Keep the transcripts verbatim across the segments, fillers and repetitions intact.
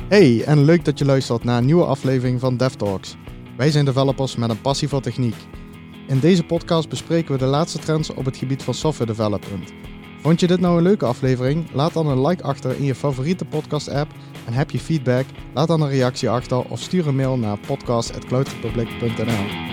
Hey, en leuk dat je luistert naar een nieuwe aflevering van DevTalks. Wij zijn developers met een passie voor techniek. In deze podcast bespreken we de laatste trends op het gebied van software development. Vond je dit nou een leuke aflevering? Laat dan een like achter in je favoriete podcast-app. En heb je feedback? Laat dan een reactie achter of stuur een mail naar podcast at cloudrepublic punt n l.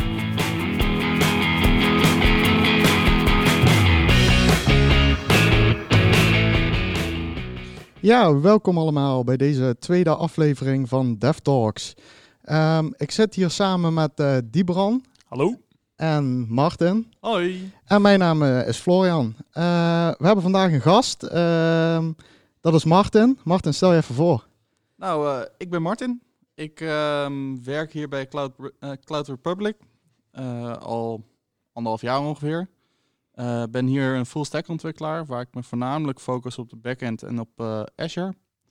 Ja, welkom allemaal bij deze tweede aflevering van DevTalks. Um, ik zit hier samen met uh, Dibran. Hallo. En Martin. Hoi. En mijn naam uh, is Florian. Uh, we hebben vandaag een gast. Uh, dat is Martin. Martin, stel je even voor. Nou, uh, ik ben Martin. Ik uh, werk hier bij Cloud, uh, Cloud Republic. Uh, al anderhalf jaar ongeveer. Ik uh, ben hier een full stack ontwikkelaar, waar ik me voornamelijk focus op de backend en op uh, Azure.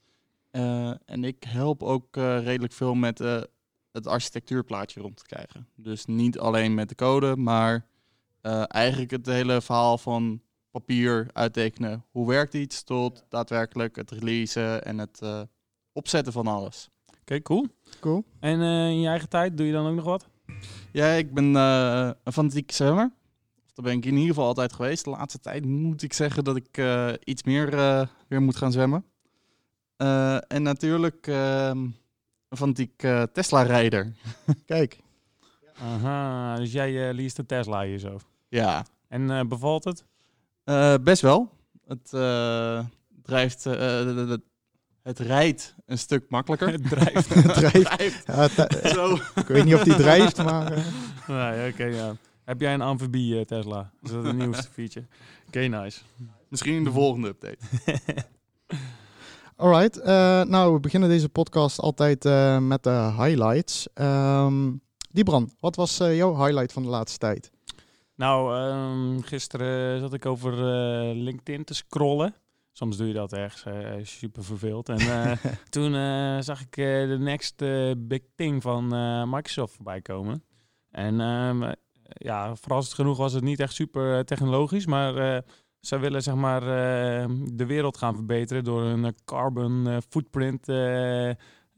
Uh, en ik help ook uh, redelijk veel met uh, het architectuurplaatje rond te krijgen. Dus niet alleen met de code, maar uh, eigenlijk het hele verhaal van papier uittekenen. Hoe werkt iets tot daadwerkelijk het releasen en het uh, opzetten van alles. Oké, okay, cool. Cool. En uh, in je eigen tijd doe je dan ook nog wat? Ja, ik ben uh, een fanatieke zwemmer. Dat ben ik in ieder geval altijd geweest. De laatste tijd moet ik zeggen dat ik uh, iets meer uh, weer moet gaan zwemmen. Uh, en natuurlijk uh, een fanatiek uh, Tesla-rijder. Kijk. Aha, dus jij uh, leest de Tesla hier zo. Ja. En uh, bevalt het? Uh, best wel. Het uh, drijft... Uh, het rijdt een stuk makkelijker. Het drijft. Het drijft. Ja, te- Zo. Ik weet niet of die drijft, maar... Uh... Nee, oké, okay, ja. Heb jij een amfibie uh, Tesla? Is dat het nieuwste feature? Oké, okay, nice. Misschien in de volgende update. Alright, uh, nou we beginnen deze podcast altijd uh, met de highlights. Um, Dibran, wat was uh, jouw highlight van de laatste tijd? Nou, um, gisteren zat ik over uh, LinkedIn te scrollen. Soms doe je dat ergens, uh, super verveeld. En uh, toen uh, zag ik uh, de next uh, big thing van uh, Microsoft voorbij komen. En um, ja, verrassend genoeg was het niet echt super technologisch, maar uh, zij willen zeg maar uh, de wereld gaan verbeteren door hun carbon uh, footprint uh, uh,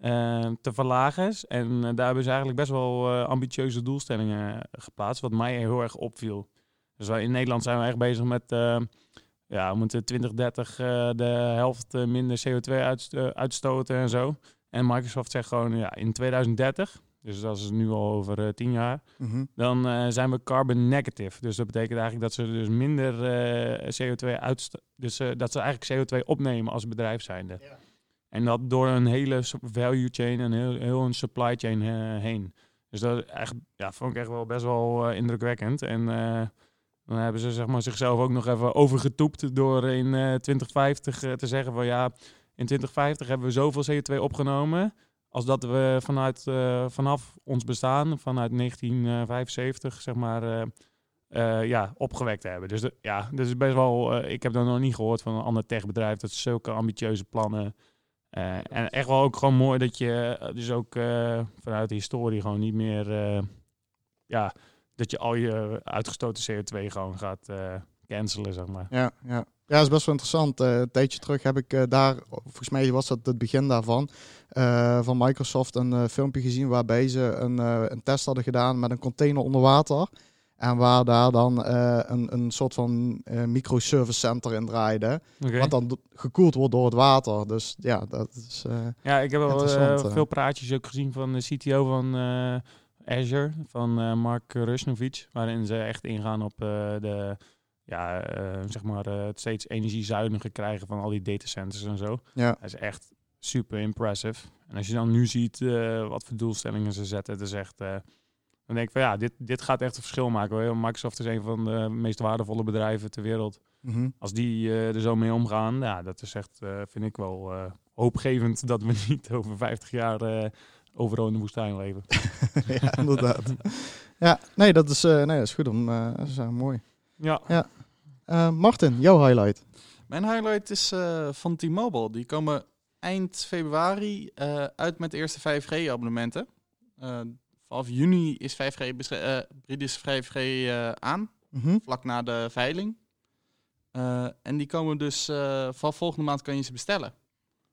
te verlagen. En uh, daar hebben ze eigenlijk best wel uh, ambitieuze doelstellingen geplaatst, wat mij heel erg opviel. Dus wij in Nederland zijn we echt bezig met... Uh, Ja, we moeten twintig dertig uh, de helft uh, minder C O twee uitst- uh, uitstoten en zo. En Microsoft zegt gewoon, ja, in twintig dertig, dus dat is nu al over uh, tien jaar, Mm-hmm. dan uh, zijn we carbon negative. Dus dat betekent eigenlijk dat ze dus minder uh, C O twee uitstoten, dus uh, dat ze eigenlijk C O twee opnemen als bedrijf zijnde. Ja. En dat door een hele value chain en heel, heel een supply chain uh, heen. Dus dat echt, ja, vond ik echt wel best wel uh, indrukwekkend. En... Uh, Dan hebben ze zeg maar, zichzelf ook nog even overgetoept door in uh, twintig vijftig uh, te zeggen van ja, in twintig vijftig hebben we zoveel C O twee opgenomen als dat we vanuit, uh, vanaf ons bestaan, vanuit negentien vijfenzeventig, zeg maar, uh, uh, ja, opgewekt hebben. Dus de, ja, dat is best wel, uh, ik heb dat nog niet gehoord van een ander techbedrijf, dat zulke ambitieuze plannen. Uh, en echt wel ook gewoon mooi dat je uh, dus ook uh, vanuit de historie gewoon niet meer, uh, ja... dat je al je uitgestoten C O twee gewoon gaat uh, cancelen, zeg maar. Ja, ja. ja, dat is best wel interessant. Uh, een tijdje terug heb ik uh, daar, volgens mij was dat het begin daarvan, uh, van Microsoft een uh, filmpje gezien waarbij ze een, uh, een test hadden gedaan met een container onder water. En waar daar dan uh, een, een soort van uh, microservice center in draaide. Okay. Wat dan do- gekoeld wordt door het water. Dus ja, dat is uh, Ja, ik heb wel uh, uh. veel praatjes ook gezien van de C T O van... Uh, Azure van uh, Mark Rusnovic, waarin ze echt ingaan op uh, de, ja, uh, zeg maar, uh, het steeds energiezuiniger krijgen van al die datacenters en zo. Ja. Dat is echt super impressive. En als je dan nu ziet uh, wat voor doelstellingen ze zetten, het is echt, uh, dan denk ik van ja, dit, dit gaat echt een verschil maken. Hoor. Microsoft is een van de meest waardevolle bedrijven ter wereld. Mm-hmm. Als die uh, er zo mee omgaan, ja, dat is echt, uh, vind ik wel uh, hoopgevend dat we niet over vijftig jaar... Uh, overal in de woestijn leven. Ja, inderdaad. Ja, nee, dat is, uh, nee, dat is goed om. Uh, dat is uh, mooi. Ja. ja. Uh, Martin, jouw highlight? Mijn highlight is uh, van T-Mobile. Die komen eind februari uh, uit met de eerste vijf G-abonnementen. Uh, vanaf juni is vijf G beschre- uh, is vijf G uh, aan, Mm-hmm. vlak na de veiling. Uh, en die komen dus uh, van volgende maand kan je ze bestellen.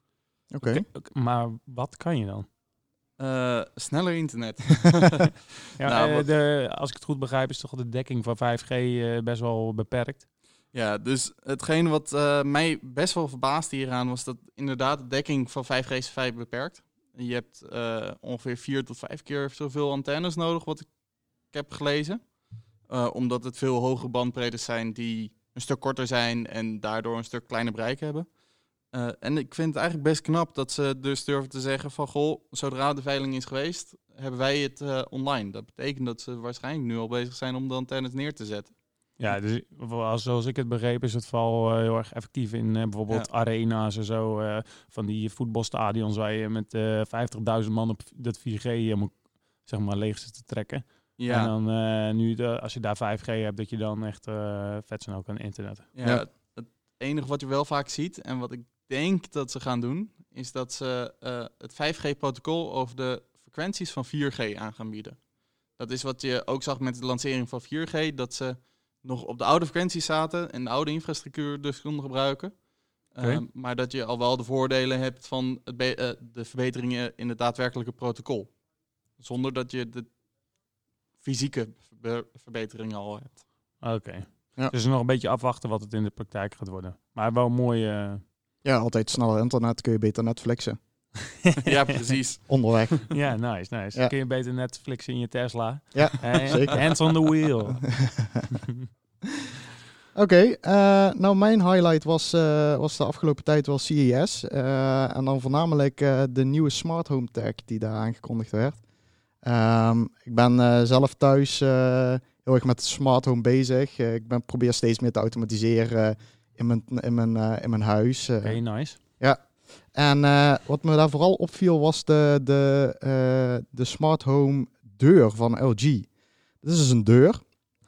Oké. Oké, oké, maar wat kan je dan? Uh, sneller internet. ja, nou, uh, wat... de, als ik het goed begrijp is toch de dekking van vijf G uh, best wel beperkt? Ja, dus hetgeen wat uh, mij best wel verbaasde hieraan was dat inderdaad de dekking van vijf G is vrij beperkt. Je hebt uh, ongeveer vier tot vijf keer zoveel antennes nodig, wat ik heb gelezen. Uh, omdat het veel hogere bandbreedtes zijn die een stuk korter zijn en daardoor een stuk kleiner bereik hebben. Uh, en ik vind het eigenlijk best knap dat ze dus durven te zeggen van goh, zodra de veiling is geweest, hebben wij het uh, online. Dat betekent dat ze waarschijnlijk nu al bezig zijn om de antennes neer te zetten. Ja, dus zoals ik het begreep is het vooral uh, heel erg effectief in uh, bijvoorbeeld ja. arena's en zo. Uh, van die voetbalstadions waar je met uh, vijftigduizend man op dat vier G uh, moet zeg maar leeg zit te trekken. Ja. En dan uh, nu, de, als je daar vijf G hebt, dat je dan echt uh, vet snel kan internetten. Ja, ja. Het, het enige wat je wel vaak ziet en wat ik denk dat ze gaan doen, is dat ze uh, het vijf G-protocol over de frequenties van vier G aan gaan bieden. Dat is wat je ook zag met de lancering van vier G, dat ze nog op de oude frequenties zaten en de oude infrastructuur dus konden gebruiken. Okay. Uh, maar dat je al wel de voordelen hebt van het be- uh, de verbeteringen in het daadwerkelijke protocol. Zonder dat je de fysieke verbe- verbeteringen al hebt. Oké. Okay. Ja. Dus nog een beetje afwachten wat het in de praktijk gaat worden. Maar wel mooi... Uh... Ja, altijd sneller internet, kun je beter Netflixen. ja, precies. Onderweg. Ja, nice, nice. Ja. Dan kun je beter Netflixen in je Tesla. Ja, hey, zeker. Hands on the wheel. Oké, okay, uh, nou mijn highlight was, uh, was de afgelopen tijd wel C E S. Uh, en dan voornamelijk uh, de nieuwe Smart Home Tech die daar aangekondigd werd. Um, ik ben uh, zelf thuis uh, heel erg met Smart Home bezig. Uh, ik ben, probeer steeds meer te automatiseren uh, in, mijn, in, mijn, uh, in mijn huis. Uh, Oké, okay, nice. Ja. En uh, wat me daar vooral opviel was de, de, uh, de Smart Home deur van L G. Dit is dus een deur.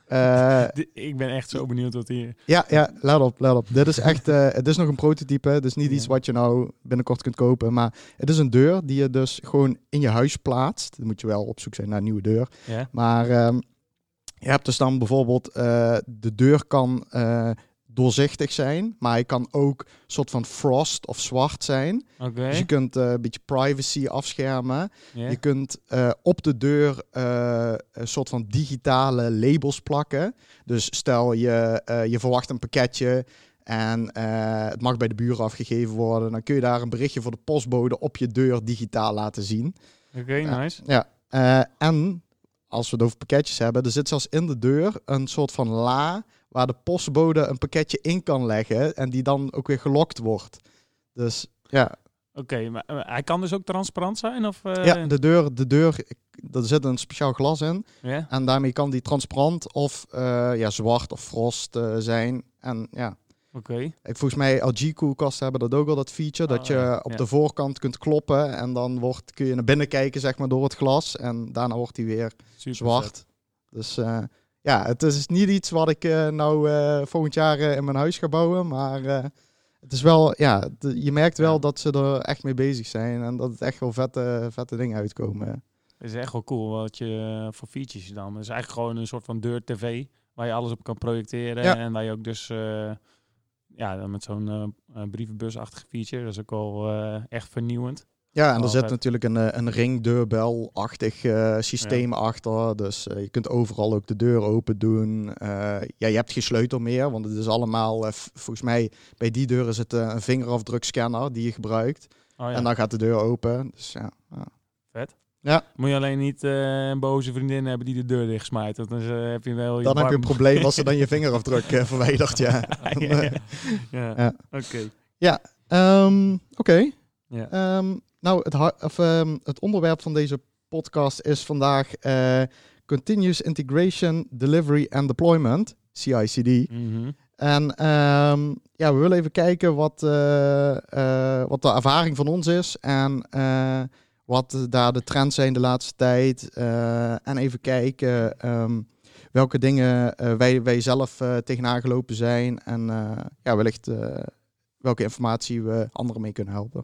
Uh, ik ben echt zo benieuwd wat hier... Ja, ja, let op, let op. Dit is echt, uh, het is nog een prototype. Het is niet ja. iets wat je nou binnenkort kunt kopen. Maar het is een deur die je dus gewoon in je huis plaatst. Dan moet je wel op zoek zijn naar een nieuwe deur. Ja. Maar um, je hebt dus dan bijvoorbeeld, uh, de deur kan uh, doorzichtig zijn. Maar hij kan ook een soort van frost of zwart zijn. Okay. Dus je kunt uh, een beetje privacy afschermen. Yeah. Je kunt uh, op de deur uh, een soort van digitale labels plakken. Dus stel je, uh, je verwacht een pakketje en uh, het mag bij de buren afgegeven worden. Dan kun je daar een berichtje voor de postbode op je deur digitaal laten zien. Oké, okay, uh, nice. Ja, uh, en als we het over pakketjes hebben, er zit zelfs in de deur een soort van la waar de postbode een pakketje in kan leggen en die dan ook weer gelokt wordt. Dus ja. Oké, okay, maar uh, hij kan dus ook transparant zijn? Of, uh... Ja, de deur, de deur, er zit een speciaal glas in. Yeah. En daarmee kan die transparant of uh, ja, zwart of frost uh, zijn. En ja. Oké. Okay. Volgens mij L G-koelkasten hebben dat ook al, dat feature. Oh, dat je ja. op ja. de voorkant kunt kloppen en dan wordt, kun je naar binnen kijken, zeg maar, door het glas. En daarna wordt hij weer Super zwart. Vet. Dus uh, ja, het is niet iets wat ik uh, nou uh, volgend jaar uh, in mijn huis ga bouwen. Maar uh, het is wel, ja, de, je merkt wel ja. dat ze er echt mee bezig zijn. En dat het echt wel vette, vette dingen uitkomen. Het is echt wel cool wat je uh, voor features dan. Het is eigenlijk gewoon een soort van deur-tv waar je alles op kan projecteren. Ja. En waar je ook dus... Uh, ja, met zo'n uh, brievenbusachtige feature. Dat is ook wel uh, echt vernieuwend. Ja, en er zit natuurlijk een, een ringdeurbel-achtig uh, systeem ja. achter. Dus uh, je kunt overal ook de deur open doen. Uh, ja, je hebt geen sleutel meer, want het is allemaal... Uh, f- volgens mij, bij die deur is het uh, een vingerafdrukscanner die je gebruikt. Oh, ja. En dan gaat de deur open. Dus ja. ja. Vet. Ja. Moet je alleen niet uh, een boze vriendin hebben die de deur dicht smijt. Want dan uh, heb je wel je Dan warm... heb je een probleem als ze dan je vingerafdruk uh, verwijdert, ja. ja, ja, ja. ja. ja. Oké. Okay. Ja, um, oké. Okay. Ja. Um, nou, het, ha- of, um, het onderwerp van deze podcast is vandaag uh, Continuous Integration, Delivery and Deployment, C I C D. Mm-hmm. En um, ja, we willen even kijken wat, uh, uh, wat de ervaring van ons is en uh, wat daar de trends zijn de laatste tijd. Uh, en even kijken um, welke dingen uh, wij, wij zelf uh, tegenaan gelopen zijn en uh, ja, wellicht uh, welke informatie we anderen mee kunnen helpen.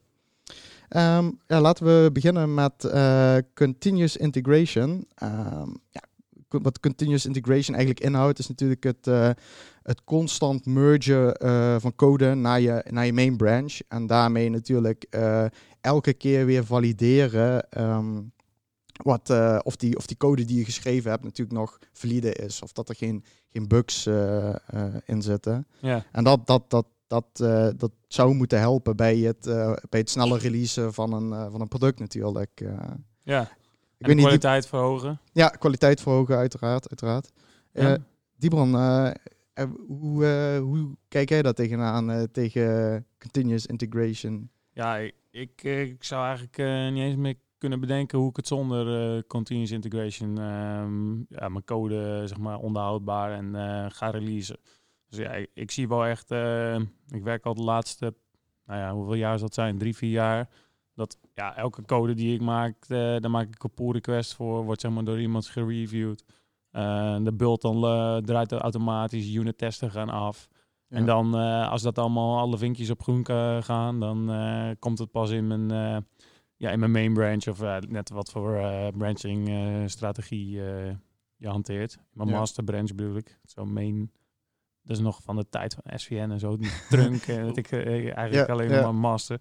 Um, ja, laten we beginnen met uh, continuous integration. Um, ja, wat continuous integration eigenlijk inhoudt is natuurlijk het, uh, het constant mergen uh, van code naar je, naar je main branch. En daarmee natuurlijk uh, elke keer weer valideren um, wat, uh, of, die, of die code die je geschreven hebt natuurlijk nog valide is. Of dat er geen, geen bugs uh, uh, in zitten. Ja. En dat, dat, dat, dat, uh, dat zou moeten helpen bij het, uh, bij het sneller releasen van een, uh, van een product natuurlijk. Uh, ja. Ik en weet de kwaliteit niet, die... verhogen. Ja, kwaliteit verhogen uiteraard. uiteraard. Ja. Uh, Diebron, uh, uh, hoe, uh, hoe kijk jij daar tegenaan, uh, tegen continuous integration? Ja, ik, ik, ik zou eigenlijk uh, niet eens meer kunnen bedenken hoe ik het zonder uh, continuous integration um, ja, mijn code zeg maar onderhoudbaar en uh, ga releasen. Dus ja, ik, ik zie wel echt, uh, ik werk al de laatste, nou ja, hoeveel jaar zal het zijn? Drie, vier jaar. Dat ja, elke code die ik maak, uh, daar maak ik een pull request voor, wordt zeg maar door iemand gereviewd. Uh, de build dan uh, draait er automatisch, unit testen gaan af. Ja. En dan, uh, als dat allemaal alle vinkjes op groen uh, gaan, dan uh, komt het pas in mijn, uh, ja, in mijn main branch of uh, net wat voor uh, branching uh, strategie uh, je hanteert. Mijn ja. master branch bedoel ik. Zo main, dat is nog van de tijd van S V N en zo, die trunk. En dat ik uh, eigenlijk ja, alleen ja. maar master.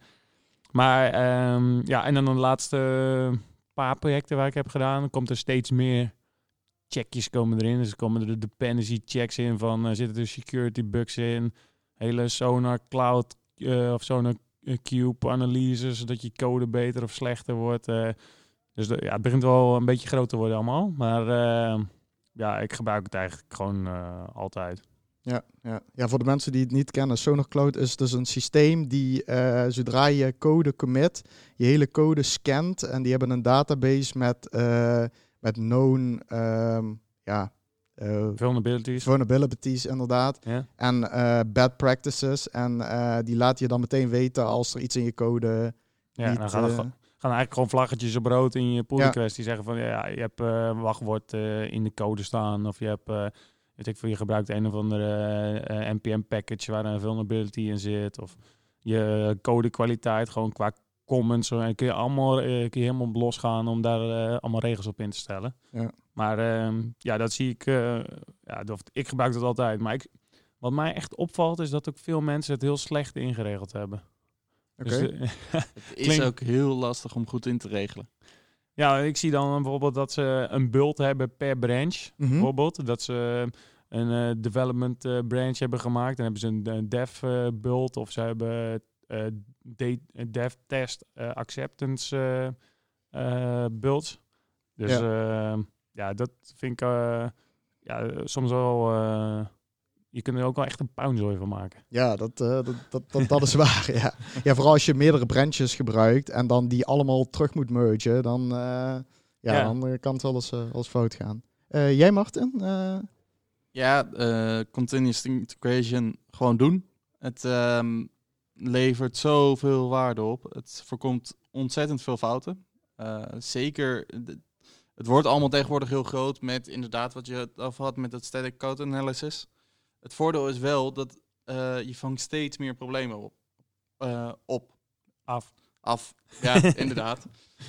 Maar um, ja, en dan de laatste paar projecten waar ik heb gedaan, komt er steeds meer checkjes komen erin. Dus er komen er de dependency checks in van, uh, zitten er security bugs in, hele Sonar Cloud uh, of Sonar Cube analyses, zodat je code beter of slechter wordt. Uh, dus de, ja, het begint wel een beetje groot te worden allemaal. Maar uh, ja, ik gebruik het eigenlijk gewoon uh, altijd. Ja, ja. ja, voor de mensen die het niet kennen, Sonar Cloud is dus een systeem die, uh, zodra je code commit, je hele code scant en die hebben een database met, uh, met known um, ja, uh, vulnerabilities. vulnerabilities inderdaad. Ja. En uh, bad practices. En uh, die laat je dan meteen weten als er iets in je code ja, niet... dan gaan, er uh, gaan eigenlijk gewoon vlaggetjes op rood in je pull ja. request die zeggen van, ja, je hebt uh, wachtwoord uh, in de code staan of je hebt... Uh, Weet ik veel, je gebruikt een of andere uh, N P M package waar een vulnerability in zit. Of je codekwaliteit, gewoon qua comments. En kun je allemaal uh, kun je helemaal op losgaan om daar uh, allemaal regels op in te stellen. Ja. Maar uh, ja, dat zie ik. Uh, ja, dat, ik gebruik dat altijd. Maar ik, wat mij echt opvalt is dat ook veel mensen het heel slecht ingeregeld hebben. Okay. Dus, uh, het is ook heel lastig om goed in te regelen. Ja, ik zie dan bijvoorbeeld dat ze een build hebben per branch. Mm-hmm. Bijvoorbeeld dat ze een uh, development uh, branch hebben gemaakt. Dan hebben ze een, een dev uh, build of ze hebben uh, de, dev test uh, acceptance uh, uh, builds. Dus ja. Uh, ja, dat vind ik uh, ja, soms wel... Uh, je kunt er ook wel echt een puinzooi van maken. Ja, dat, uh, dat, dat, dat, dat is waar. Ja. ja, vooral als je meerdere branches gebruikt en dan die allemaal terug moet mergen, dan, uh, ja, ja. dan uh, kan het wel eens, uh, wel eens fout gaan. Uh, jij, Martin? Uh... Ja, uh, continuous integration gewoon doen. Het um, levert zoveel waarde op. Het voorkomt ontzettend veel fouten. Uh, zeker, de, het wordt allemaal tegenwoordig heel groot met inderdaad wat je het over had met het static code analysis. Het voordeel is wel dat uh, je vangt steeds meer problemen op. Uh, op. Af. Af, ja, inderdaad.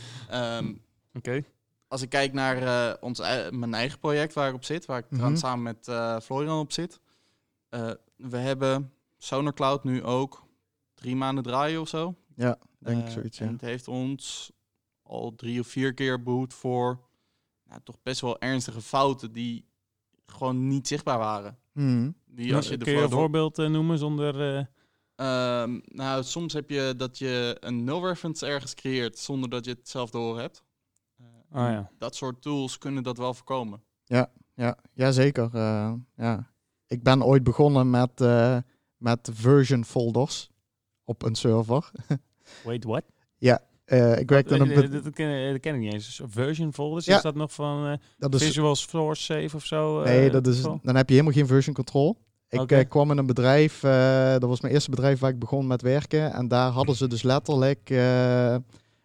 Um, Oké. Okay. Als ik kijk naar uh, ons, uh, mijn eigen project waar ik op zit, waar ik mm-hmm. samen met uh, Florian op zit. Uh, we hebben Sonar Cloud nu ook drie maanden draaien of zo. Ja, denk uh, ik zoiets, en ja. het heeft ons al drie of vier keer behoed voor nou, toch best wel ernstige fouten die gewoon niet zichtbaar waren. Mm. Die, als je Kun je een voorbeeld uh, noemen zonder... Uh... Uh, nou, soms heb je dat je een null reference ergens creëert zonder dat je het zelf door hebt. Uh, oh, ja. Dat soort tools kunnen dat wel voorkomen. Ja, ja, ja zeker. Uh, ja. Ik ben ooit begonnen met, uh, met version folders op een server. Wait, what? Ja. Uh, ik werkte dat, een be- dat, ken, dat ken ik niet eens. Version folders, ja. is dat nog van uh, dat is... Visual Source Save of zo? Uh, nee, dat is, dan heb je helemaal geen version control. Ik okay. uh, kwam in een bedrijf, uh, dat was mijn eerste bedrijf waar ik begon met werken. En daar hadden ze dus letterlijk uh,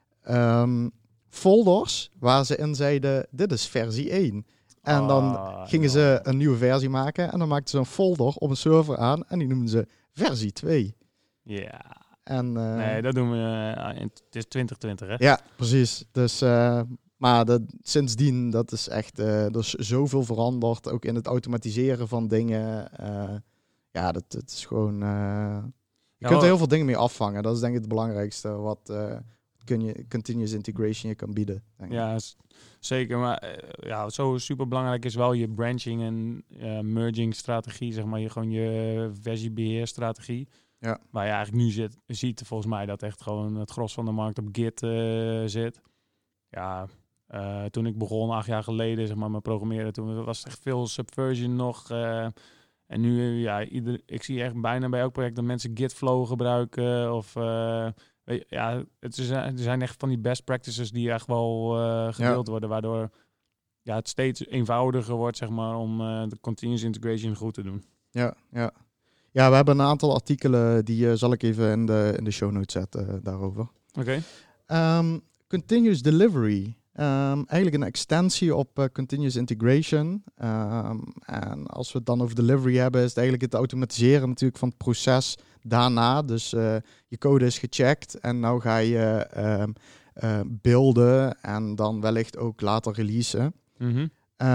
um, folders waar ze in zeiden, dit is versie één. En dan ah, gingen ja. ze een nieuwe versie maken en dan maakten ze een folder op een server aan en die noemden ze versie twee. Ja. Yeah. En, uh, nee, dat doen we. Uh, in, het is twintig twintig, hè? Ja, precies. Dus, uh, maar dat, sindsdien, dat is echt, uh, er is zoveel veranderd. Ook in het automatiseren van dingen. Uh, ja, dat, dat is gewoon... Uh, je Ja, kunt er wel- heel veel dingen mee afvangen. Dat is denk ik het belangrijkste wat uh, kun je, continuous integration je kan bieden. Denk ik. Ja, s- zeker. Maar eh, ja, zo super belangrijk is wel je branching en eh, merging strategie, zeg maar. Je, gewoon je versiebeheerstrategie. Ja. Waar je eigenlijk nu zit, ziet volgens mij dat echt gewoon het gros van de markt op Git uh, zit. Ja, uh, toen ik begon acht jaar geleden, zeg maar, met programmeren, toen was het echt veel Subversion nog. Uh, en nu, uh, ja, ieder, ik zie echt bijna bij elk project dat mensen Gitflow gebruiken of... Uh, Ja, het is, er zijn echt van die best practices die echt wel uh, gedeeld ja. worden, waardoor ja, het steeds eenvoudiger wordt, zeg maar, om uh, de continuous integration goed te doen. Ja, ja. Ja, we hebben een aantal artikelen, die uh, zal ik even in de, in de show notes zetten uh, daarover. Oké. Okay. Um, continuous delivery. Um, eigenlijk een extensie op uh, continuous integration. Um, en als we het dan over delivery hebben, is het eigenlijk het automatiseren natuurlijk van het proces daarna. Dus uh, je code is gecheckt en nou ga je um, uh, builden en dan wellicht ook later releasen. Mm-hmm.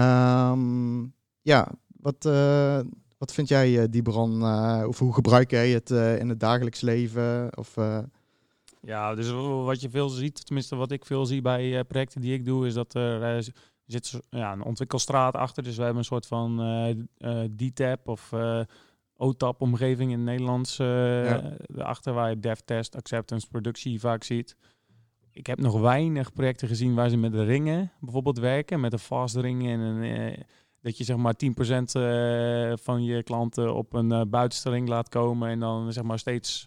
Um, ja, wat, uh, wat vind jij, uh, Dibran? Uh, of hoe gebruik jij het uh, in het dagelijks leven? Of... Uh, Ja, dus wat je veel ziet, tenminste wat ik veel zie bij uh, projecten die ik doe, is dat er uh, zit ja, een ontwikkelstraat achter. Dus we hebben een soort van uh, uh, D T A P of uh, O T A P-omgeving in het Nederlands uh, ja. Daarachter, waar je dev, test, acceptance, productie vaak ziet. Ik heb nog weinig projecten gezien waar ze met de ringen bijvoorbeeld werken, met een fast ring en een... Uh, dat je zeg maar tien procent uh, van je klanten op een uh, buitenste ring laat komen en dan zeg maar steeds...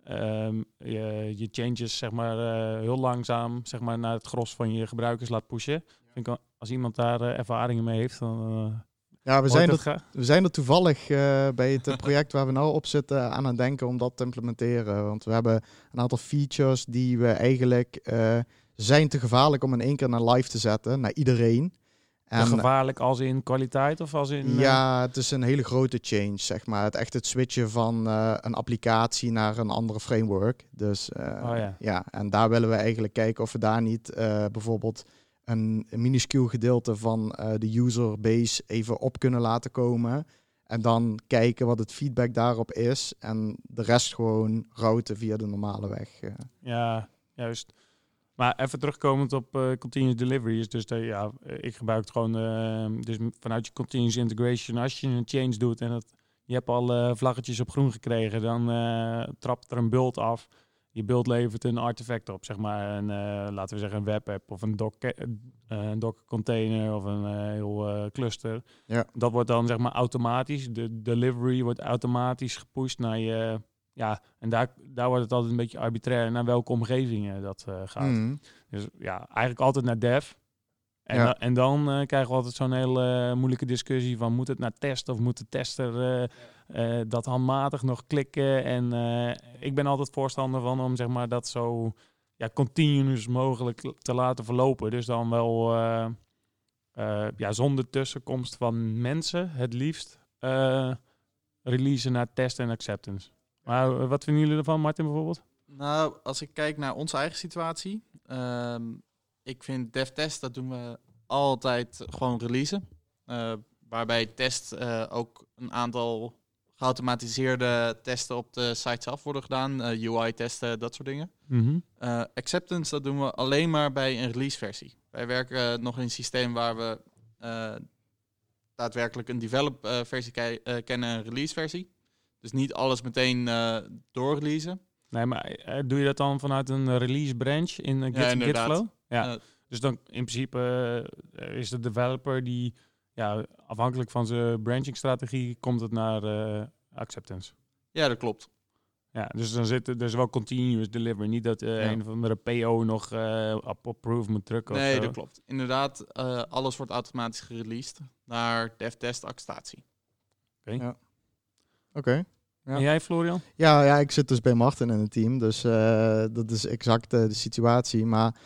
Um, je, je changes zeg maar uh, heel langzaam zeg maar naar het gros van je gebruikers laat pushen. Ja. Vind ik, als iemand daar uh, ervaringen mee heeft, dan. Uh, ja, we zijn, er, we zijn er toevallig uh, bij het project waar we nou op zitten aan het denken om dat te implementeren. Want we hebben een aantal features die we eigenlijk uh, zijn te gevaarlijk om in één keer naar live te zetten, naar iedereen. En gevaarlijk als in kwaliteit of als in... Uh... Ja, het is een hele grote change, zeg maar. Het echt het switchen van uh, een applicatie naar een andere framework. Dus uh, oh, ja. ja, en daar willen we eigenlijk kijken of we daar niet uh, bijvoorbeeld een, een minuscuul gedeelte van uh, de user base even op kunnen laten komen. En dan kijken wat het feedback daarop is. En de rest gewoon routen via de normale weg. Uh. Ja, juist. Maar even terugkomend op uh, continuous delivery is dus dat ja, ik gebruik het gewoon uh, dus vanuit je continuous integration. Als je een change doet en dat, je hebt al uh, vlaggetjes op groen gekregen, dan uh, trapt er een bult af. Je bult levert een artefact op, zeg maar, een, uh, laten we zeggen een webapp of een docker, uh, een docker container of een uh, heel uh, cluster. Ja. Dat wordt dan zeg maar automatisch. De delivery wordt automatisch gepusht naar je. Ja, en daar, daar wordt het altijd een beetje arbitrair naar welke omgevingen dat uh, gaat. Mm. Dus ja, eigenlijk altijd naar dev. En, Ja. da- en dan uh, krijgen we altijd zo'n hele uh, moeilijke discussie van moet het naar test of moet de tester uh, uh, dat handmatig nog klikken. En uh, ik ben altijd voorstander van om zeg maar dat zo ja, continuous mogelijk te laten verlopen. Dus dan wel uh, uh, ja, zonder tussenkomst van mensen het liefst uh, releasen naar test en acceptance. Maar wat vinden jullie ervan, Martin, bijvoorbeeld? Nou, als ik kijk naar onze eigen situatie. Um, ik vind DevTest, dat doen we altijd gewoon releasen. Uh, waarbij test uh, ook een aantal geautomatiseerde testen op de site zelf worden gedaan. Uh, U I-testen, dat soort dingen. Mm-hmm. Uh, acceptance, dat doen we alleen maar bij een release-versie. Wij werken uh, nog in een systeem waar we uh, daadwerkelijk een develop-versie ke- uh, kennen en een release-versie. Dus niet alles meteen uh, doorreleasen. Nee, maar uh, doe je dat dan vanuit een release branch in uh, Git, ja, Gitflow? Ja. Uh, dus dan in principe uh, is de developer die, ja, afhankelijk van zijn branching-strategie, komt het naar uh, acceptance. Ja, dat klopt. Ja, dus dan zit er dus wel continuous delivery. Niet dat uh, ja. een of andere P O nog uh, op approve moet drukken. Nee, of zo. dat klopt. Inderdaad, uh, alles wordt automatisch gereleased naar dev-test acceptatie. Oké. Okay. Ja. Oké. Okay. Ja. En jij, Florian? Ja, ja, ik zit dus bij Martin in het team, dus uh, dat is exact uh, de situatie. Maar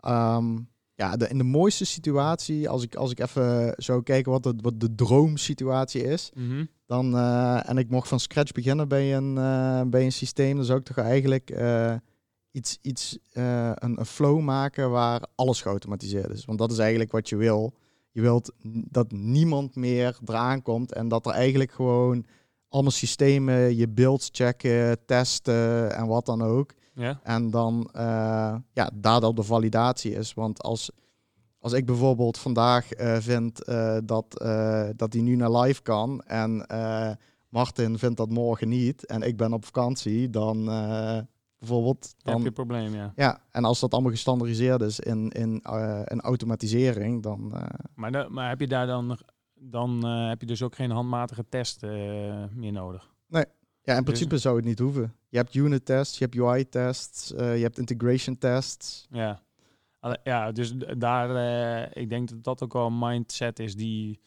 um, ja, de, in de mooiste situatie, als ik, als ik even zou kijken wat de, wat de droomsituatie is, mm-hmm. dan, uh, en ik mocht van scratch beginnen bij een, uh, bij een systeem, dan zou ik toch eigenlijk uh, iets, iets uh, een, een flow maken waar alles geautomatiseerd is. Want dat is eigenlijk wat je wil. Je wilt dat niemand meer eraan komt en dat er eigenlijk gewoon allemaal systemen, je builds checken, testen en wat dan ook. Ja? En dan, uh, ja, daardoor de validatie is. Want als, als ik bijvoorbeeld vandaag uh, vind uh, dat, uh, dat die nu naar live kan en uh, Martin vindt dat morgen niet en ik ben op vakantie, dan uh, bijvoorbeeld... Dan, heb je een probleem, ja. Ja, en als dat allemaal gestandardiseerd is in, in, uh, in automatisering, dan... Uh, maar, de, maar heb je daar dan... Dan uh, heb je dus ook geen handmatige test uh, meer nodig. Nee. Ja, in principe dus... zou het niet hoeven. Je hebt unit tests, je hebt U I tests, uh, je hebt integration tests. Ja, ja dus daar, uh, ik denk dat dat ook wel een mindset is die,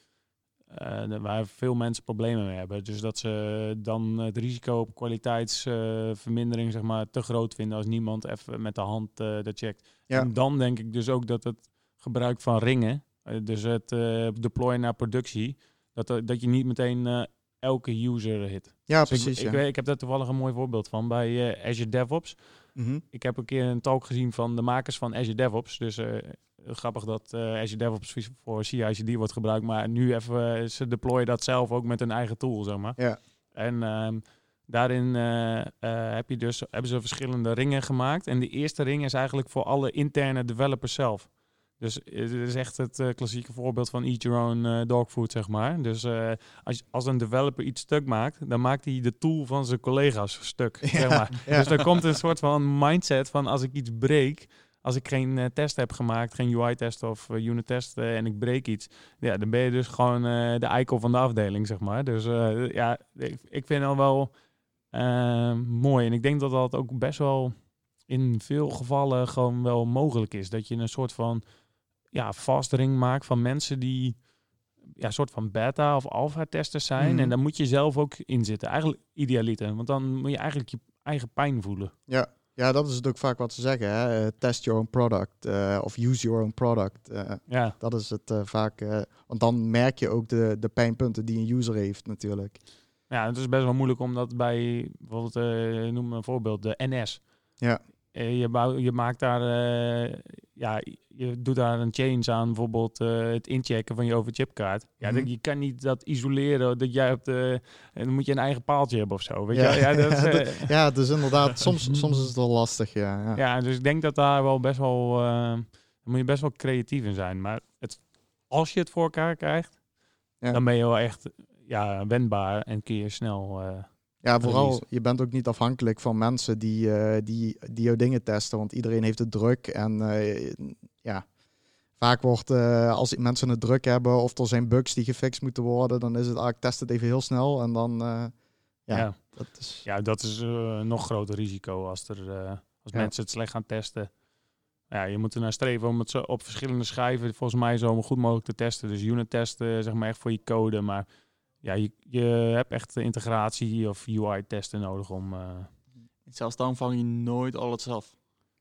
uh, waar veel mensen problemen mee hebben. Dus dat ze dan het risico op kwaliteitsvermindering uh, zeg maar, te groot vinden als niemand even met de hand uh, dat checkt. Ja. En dan denk ik dus ook dat het gebruik van ringen, uh, dus het uh, deployen naar productie, dat, uh, dat je niet meteen... Uh, elke user hit. Ja, dus precies. Ik, ja. ik, ik heb daar toevallig een mooi voorbeeld van bij uh, Azure DevOps. Mm-hmm. Ik heb een keer een talk gezien van de makers van Azure DevOps. Dus uh, grappig dat uh, Azure DevOps voor C I C D wordt gebruikt. Maar nu even, uh, ze deployen dat zelf ook met hun eigen tool, zeg maar. Ja. En um, daarin uh, uh, heb je dus, hebben ze verschillende ringen gemaakt. En de eerste ring is eigenlijk voor alle interne developers zelf. Dus het is echt het uh, klassieke voorbeeld van eat your own uh, dog food, zeg maar. Dus uh, als, als een developer iets stuk maakt, dan maakt hij de tool van zijn collega's stuk, ja, zeg maar. Ja. Dus er komt een soort van mindset van als ik iets breek, als ik geen uh, test heb gemaakt, geen U I-test of uh, unit-test uh, en ik breek iets, ja, dan ben je dus gewoon uh, de eikel van de afdeling, zeg maar. Dus uh, ja, ik, ik vind dat wel uh, mooi. En ik denk dat dat ook best wel in veel gevallen gewoon wel mogelijk is. Dat je een soort van ja, fastering maakt van mensen die ja, een soort van beta- of alpha-testers zijn. Mm. En daar moet je zelf ook in zitten. Eigenlijk idealiter. Want dan moet je eigenlijk je eigen pijn voelen. Ja, ja dat is het ook vaak wat ze zeggen. Hè? Uh, test your own product. Uh, of use your own product. Uh, ja. Dat is het uh, vaak. Uh, want dan merk je ook de, de pijnpunten die een user heeft natuurlijk. Ja, het is best wel moeilijk omdat bij, bijvoorbeeld, uh, noem een voorbeeld, de N S. Ja. Uh, je, bouw, je maakt daar, uh, ja, je doet daar een change aan, bijvoorbeeld uh, het inchecken van je overchipkaart. Ja, mm-hmm. Je kan niet dat isoleren, dat jij op de, dan moet je een eigen paaltje hebben of zo. Weet ja. je? Ja, dat is, uh, ja, dus inderdaad, soms, soms is het wel lastig. Ja, ja. ja, dus ik denk dat daar wel best wel, uh, daar moet je best wel creatief in zijn. Maar het, als je het voor elkaar krijgt, ja. dan ben je wel echt, ja, wendbaar en kun je snel. Uh, Ja, vooral, je bent ook niet afhankelijk van mensen die, uh, die, die jouw dingen testen, want iedereen heeft het druk. En uh, ja, vaak wordt, uh, als mensen het druk hebben of er zijn bugs die gefixt moeten worden, dan is het, ah, ik test het even heel snel en dan, uh, ja, ja. Dat is... Ja, dat is uh, nog groter risico als, er, uh, als ja. mensen het slecht gaan testen. Ja, je moet er naar streven om het zo op verschillende schijven volgens mij zo goed mogelijk te testen. Dus unit testen, zeg maar echt voor je code, maar... Ja, je, je hebt echt integratie of U I-testen nodig om... Uh... Zelfs dan vang je nooit alles zelf.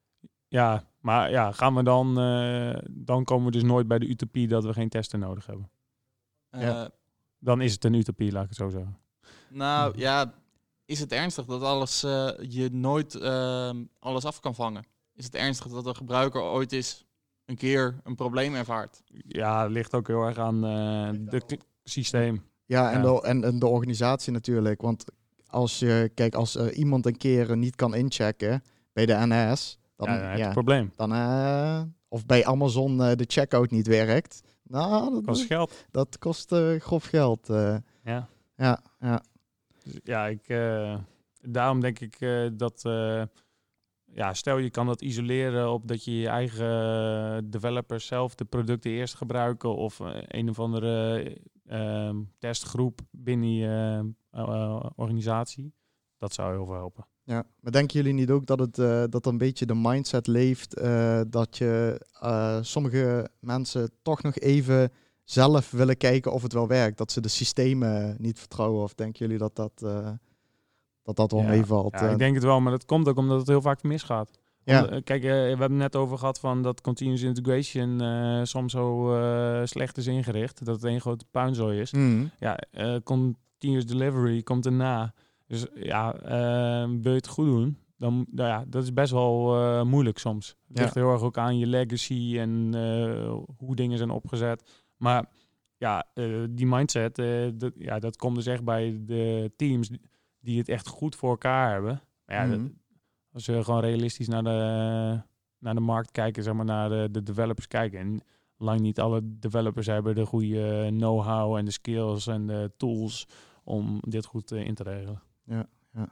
Ja, maar ja, gaan we dan... Uh, dan komen we dus nooit bij de utopie dat we geen testen nodig hebben. Uh, ja. Dan is het een utopie, laat ik het zo zeggen. Nou ja, is het ernstig dat alles uh, je nooit uh, alles af kan vangen? Is het ernstig dat een gebruiker ooit eens een keer een probleem ervaart? Ja, het ligt ook heel erg aan uh, het k- systeem. Ja, en, ja. De, en, en de organisatie natuurlijk. Want als je, kijk, als uh, iemand een keer niet kan inchecken bij de N S, dan, ja, dan heb je ja, een probleem. Dan, uh, of bij Amazon uh, de checkout niet werkt. Nou, dat kost geld. Dat kost uh, grof geld. Uh, ja. Ja, ja. Dus, ja, ik, uh, daarom denk ik uh, dat... Uh, ja, stel je kan dat isoleren op dat je je eigen developers zelf de producten eerst gebruiken of uh, een of andere uh, testgroep binnen je uh, uh, organisatie. Dat zou heel veel helpen. Ja, maar denken jullie niet ook dat het uh, dat een beetje de mindset leeft uh, dat je uh, sommige mensen toch nog even zelf willen kijken of het wel werkt, dat ze de systemen niet vertrouwen, of denken jullie dat dat uh, dat dat wel ja, meevalt? Ja, ik denk het wel, maar dat komt ook omdat het heel vaak misgaat. Ja. Om, kijk, uh, we hebben het net over gehad van dat continuous integration uh, soms zo uh, slecht is ingericht, dat het een grote puinzooi is. Mm. Ja, uh, continuous delivery komt erna. Dus ja, uh, wil je het goed doen, dan nou ja, dat is best wel uh, moeilijk soms. Het ja. ligt heel erg ook aan je legacy en uh, hoe dingen zijn opgezet. Maar ja, uh, die mindset, uh, dat, ja, dat komt dus echt bij de teams die, die het echt goed voor elkaar hebben. Maar ja, Mm-hmm. dat, als we gewoon realistisch naar de, naar de markt kijken, zeg maar naar de, de developers kijken. En lang niet alle developers hebben de goede know-how en de skills en de tools om dit goed uh, in te regelen. Ja, ja.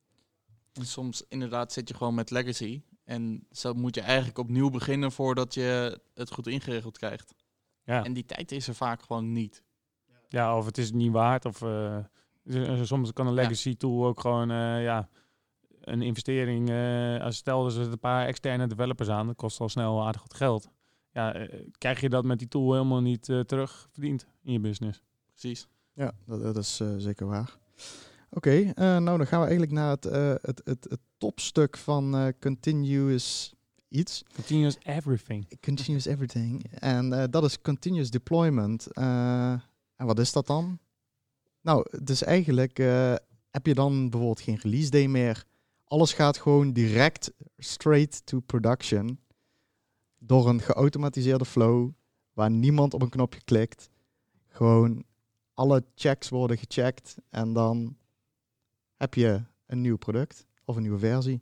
En soms inderdaad zit je gewoon met legacy. En zo moet je eigenlijk opnieuw beginnen voordat je het goed ingeregeld krijgt. Ja. En die tijd is er vaak gewoon niet. Ja, of het is het niet waard. Of uh, soms kan een legacy ja. tool ook gewoon uh, ja, een investering. Uh, als stel er zitten een paar externe developers aan, dat kost al snel aardig wat geld. Ja, uh, krijg je dat met die tool helemaal niet uh, terug verdiend in je business. Precies. Ja, dat, dat is uh, zeker waar. Oké, okay, uh, nou dan gaan we eigenlijk naar het, uh, het, het, het topstuk van uh, continuous iets. Continuous everything. Continuous everything. En uh, dat is continuous deployment. Uh, en wat is dat dan? Nou, dus eigenlijk uh, heb je dan bijvoorbeeld geen release day meer. Alles gaat gewoon direct straight to production. Door een geautomatiseerde flow, waar niemand op een knopje klikt. Gewoon alle checks worden gecheckt en dan heb je een nieuw product of een nieuwe versie.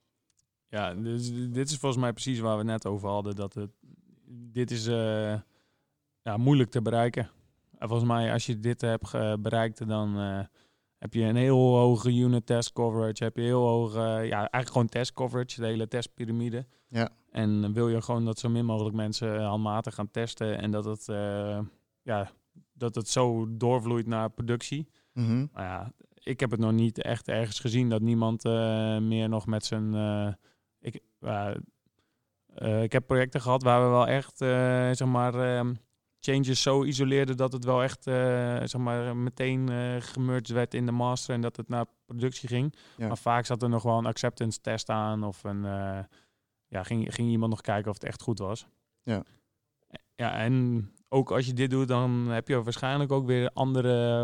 Ja, dus dit is volgens mij precies waar we het net over hadden. Dat het, dit is uh, ja, moeilijk te bereiken. En volgens mij, als je dit hebt uh, bereikt, dan uh, heb je een heel hoge unit test coverage. Heb je heel hoge, uh, ja, eigenlijk gewoon test coverage, de hele testpyramide. Ja. En dan wil je gewoon dat zo min mogelijk mensen handmatig gaan testen en dat het, uh, ja, dat het zo doorvloeit naar productie. Mm-hmm. Maar ja, ik heb het nog niet echt ergens gezien dat niemand uh, meer nog met zijn... Uh, ik, uh, uh, ik heb projecten gehad waar we wel echt, uh, zeg maar, um, changes zo isoleerden dat het wel echt, uh, zeg maar, meteen uh, gemerged werd in de master en dat het naar productie ging. Ja. Maar vaak zat er nog wel een acceptance test aan of een, uh, ja, ging, ging iemand nog kijken of het echt goed was. Ja. Ja, en ook als je dit doet, dan heb je waarschijnlijk ook weer andere...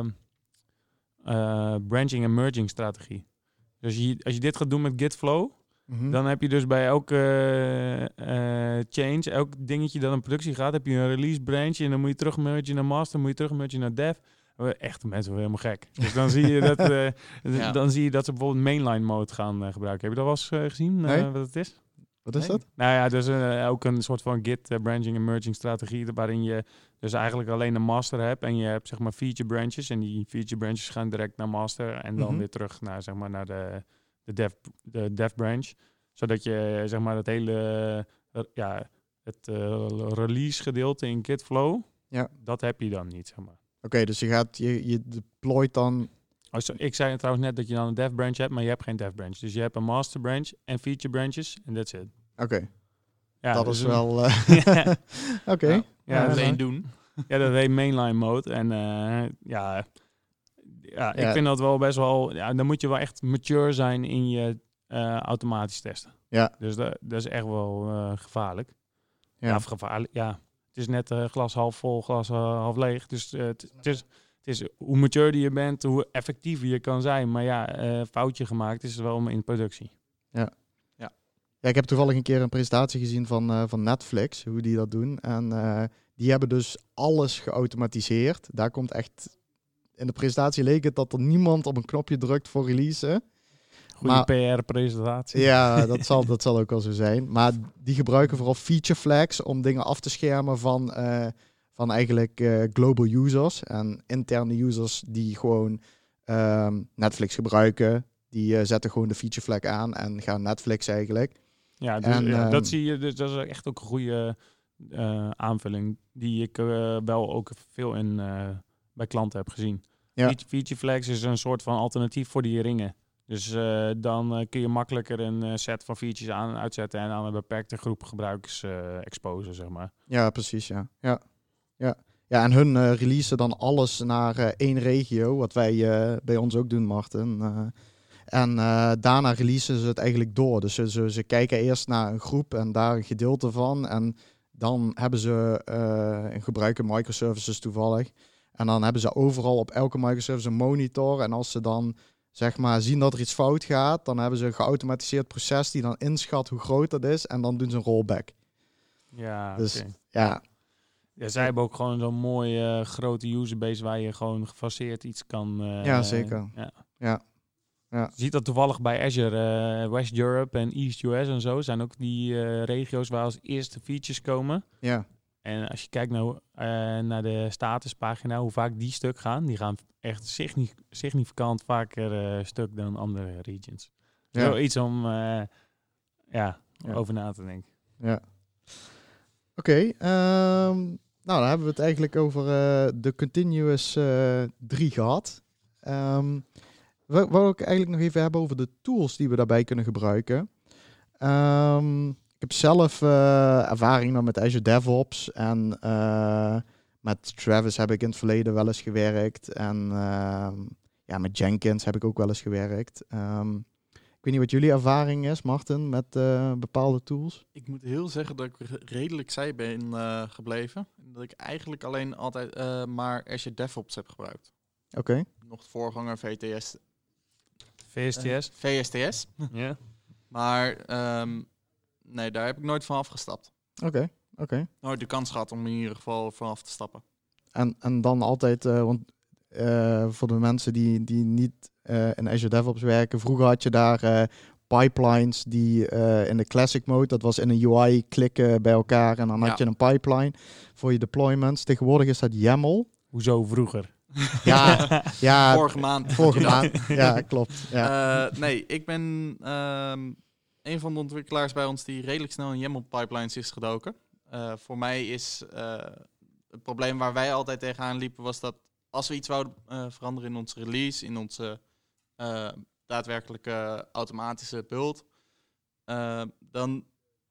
Uh, branching en merging strategie. Dus je, als je dit gaat doen met Gitflow, mm-hmm. dan heb je dus bij elke uh, uh, change, elk dingetje dat in productie gaat, heb je een release branch en dan moet je terug mergen naar master, moet je terug mergen naar dev. Echt, mensen worden helemaal gek. Dus dan zie je dat, uh, ja. dan zie je dat ze bijvoorbeeld mainline mode gaan uh, gebruiken. Heb je dat wel eens uh, gezien, uh, nee. wat het is? Wat is nee? dat? Nou ja, dus uh, ook een soort van Git uh, branching en merging strategie, waarin je dus eigenlijk alleen een master hebt en je hebt zeg maar feature branches en die feature branches gaan direct naar master en dan mm-hmm. weer terug naar zeg maar naar de de dev de dev branch, zodat je zeg maar het hele uh, ja het uh, release gedeelte in Gitflow, ja, dat heb je dan niet zeg maar. Oké, okay, dus je gaat je je deployt dan. Oh, so, ik zei trouwens net dat je dan een dev branch hebt, maar je hebt geen dev branch. Dus je hebt een master branch en feature branches en that's it. Oké. Okay. Ja, dat dus is wel... Uh Oké. Okay. Ja, ja, dat alleen doen. Ja, dat heet mainline mode. En uh, ja, ja, ik ja. vind dat wel best wel... Ja, dan moet je wel echt mature zijn in je uh, automatisch testen. Ja. Dus dat, dat is echt wel uh, gevaarlijk. Ja. Ja, of gevaarlijk, ja. Het is net uh, glas half vol, glas uh, half leeg. Dus uh, het, het, is, het is hoe mature je bent, hoe effectiever je kan zijn. Maar ja, uh, foutje gemaakt is wel in productie. Ja. Ja, ik heb toevallig een keer een presentatie gezien van, uh, van Netflix, hoe die dat doen. En uh, die hebben dus alles geautomatiseerd. Daar komt echt... In de presentatie leek het dat er niemand op een knopje drukt voor releasen. Goede maar, P R-presentatie. Ja, dat zal, dat zal ook wel zo zijn. Maar die gebruiken vooral feature flags om dingen af te schermen van, uh, van eigenlijk uh, global users. En interne users die gewoon uh, Netflix gebruiken, die uh, zetten gewoon de feature flag aan en gaan Netflix eigenlijk. Ja, dus, en, ja, um, dat zie je. Dus dat is echt ook een goede uh, aanvulling die ik uh, wel ook veel in uh, bij klanten heb gezien. Ja. Feature flags is een soort van alternatief voor die ringen. Dus uh, dan uh, kun je makkelijker een uh, set van features aan en uitzetten en aan een beperkte groep gebruikers uh, exposen, zeg maar. Ja, precies, ja. Ja, ja. ja en hun uh, releasen dan alles naar uh, één regio, wat wij uh, bij ons ook doen, Martin. Uh, En uh, daarna releasen ze het eigenlijk door. Dus ze, ze, ze kijken eerst naar een groep en daar een gedeelte van. En dan hebben ze uh, gebruiken microservices toevallig. En dan hebben ze overal op elke microservice een monitor. En als ze dan zeg maar zien dat er iets fout gaat, dan hebben ze een geautomatiseerd proces die dan inschat hoe groot dat is. En dan doen ze een rollback. Ja, dus okay. ja. Ja, zij hebben ook gewoon zo'n mooie uh, grote userbase waar je gewoon gefaseerd iets kan... Uh, ja, zeker. Ja. Ja. Ja. Je ziet dat toevallig bij Azure, uh, West Europe en East U S en zo, zijn ook die uh, regio's waar als eerste features komen. Ja. En als je kijkt naar, uh, naar de statuspagina, hoe vaak die stuk gaan, die gaan echt signif- significant vaker uh, stuk dan andere regions. Ja. Zo iets om uh, ja, ja. over na te denken. Ja. Oké, okay, um, nou dan hebben we het eigenlijk over uh, de Continuous uh, drie gehad. Um, we wou ik eigenlijk nog even hebben over de tools die we daarbij kunnen gebruiken. Um, ik heb zelf uh, ervaring dan met Azure DevOps en uh, met Travis heb ik in het verleden wel eens gewerkt. En uh, ja, met Jenkins heb ik ook wel eens gewerkt. Um, Ik weet niet wat jullie ervaring is, Martin, met uh, bepaalde tools. Ik moet heel zeggen dat ik redelijk saai ben uh, gebleven. Dat ik eigenlijk alleen altijd uh, maar Azure DevOps heb gebruikt. Oké. Okay. Nog de voorganger V T S. V S T S? Uh, V S T S. Ja. Yeah. Maar um, nee, daar heb ik nooit van afgestapt. Oké, okay. oké. Okay. Nooit de kans gehad om in ieder geval vanaf te stappen. En, en dan altijd, uh, want uh, voor de mensen die, die niet uh, in Azure DevOps werken, vroeger had je daar uh, pipelines die uh, in de classic mode, dat was in een U I klikken bij elkaar en dan ja. had je een pipeline voor je deployments. Tegenwoordig is dat YAML. Hoezo vroeger? Ja, ja, vorige maand. Vorige maand, ja, klopt. Ja. Uh, nee, ik ben um, een van de ontwikkelaars bij ons die redelijk snel in YAML pipelines is gedoken. Uh, voor mij is uh, het probleem waar wij altijd tegenaan liepen, was dat als we iets wouden uh, veranderen in onze release, in onze uh, daadwerkelijke automatische build, uh, dan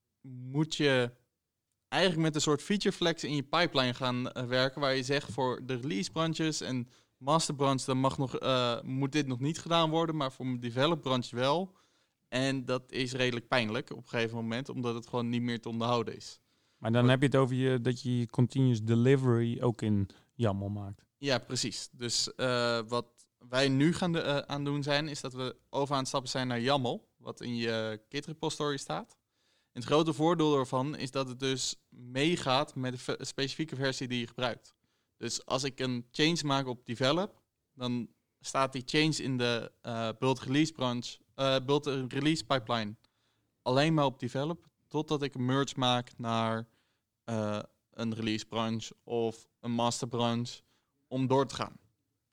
moet je eigenlijk met een soort feature flex in je pipeline gaan uh, werken, waar je zegt voor de release branches en master branch, dan mag nog, uh, moet dit nog niet gedaan worden, maar voor mijn develop branch wel. En dat is redelijk pijnlijk op een gegeven moment, omdat het gewoon niet meer te onderhouden is. Maar dan heb je het over je, dat je continuous delivery ook in YAML maakt. Ja, precies. Dus uh, wat wij nu gaan de, uh, aan doen zijn, is dat we over aan het stappen zijn naar YAML, wat in je Git repository staat. En het grote voordeel daarvan is dat het dus meegaat met de v- specifieke versie die je gebruikt. Dus als ik een change maak op develop, dan staat die change in de uh, build release branch, uh, build release pipeline alleen maar op develop, totdat ik een merge maak naar uh, een release branch of een master branch om door te gaan.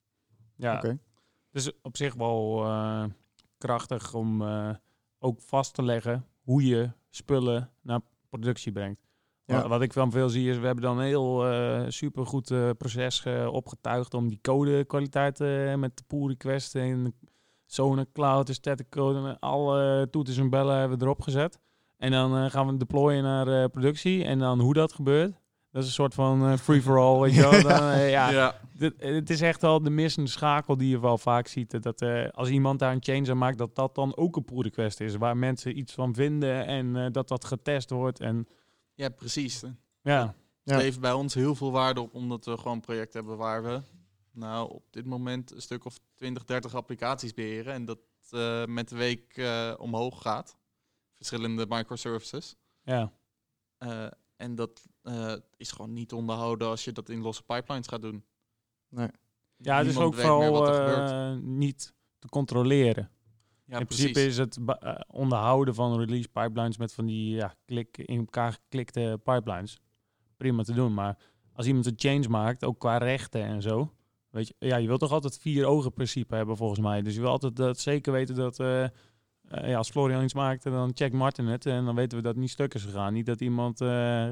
Ja, okay. Dus op zich wel uh, krachtig om uh, ook vast te leggen hoe je spullen naar productie brengt. Ja. Wat, wat ik van veel zie is, we hebben dan een heel uh, supergoed uh, proces uh, opgetuigd om die codekwaliteit uh, met de pull request en Sonar Cloud, de static code en alle toeters en bellen hebben we erop gezet. En dan uh, gaan we deployen naar uh, productie en dan hoe dat gebeurt. Dat is een soort van uh, free-for-all, weet je wel. Dan, uh, ja, ja. Dit, het is echt wel de missende schakel die je wel vaak ziet. Dat uh, als iemand daar een change aan maakt, dat dat dan ook een pull request is. Waar mensen iets van vinden en uh, dat dat getest wordt. En ja, precies. Ja. Het levert bij ons heel veel waarde op, omdat we gewoon een project hebben waar we nou op dit moment een stuk of twintig, dertig applicaties beheren. En dat uh, met de week uh, omhoog gaat. Verschillende microservices. Ja. Uh, En dat uh, is gewoon niet onderhouden als je dat in losse pipelines gaat doen. Nee. Ja, het is ook vooral uh, niet te controleren. Ja, in precies. principe is het uh, onderhouden van release pipelines met van die ja, klik, in elkaar geklikte pipelines prima te doen. Maar als iemand een change maakt, ook qua rechten en zo, weet je, ja, je wilt toch altijd vier ogen principe hebben volgens mij. Dus je wil altijd dat zeker weten dat uh, Uh, ja, als Florian iets maakt, dan checkt Martin het en dan weten we dat het niet stuk is gegaan. Niet dat iemand uh,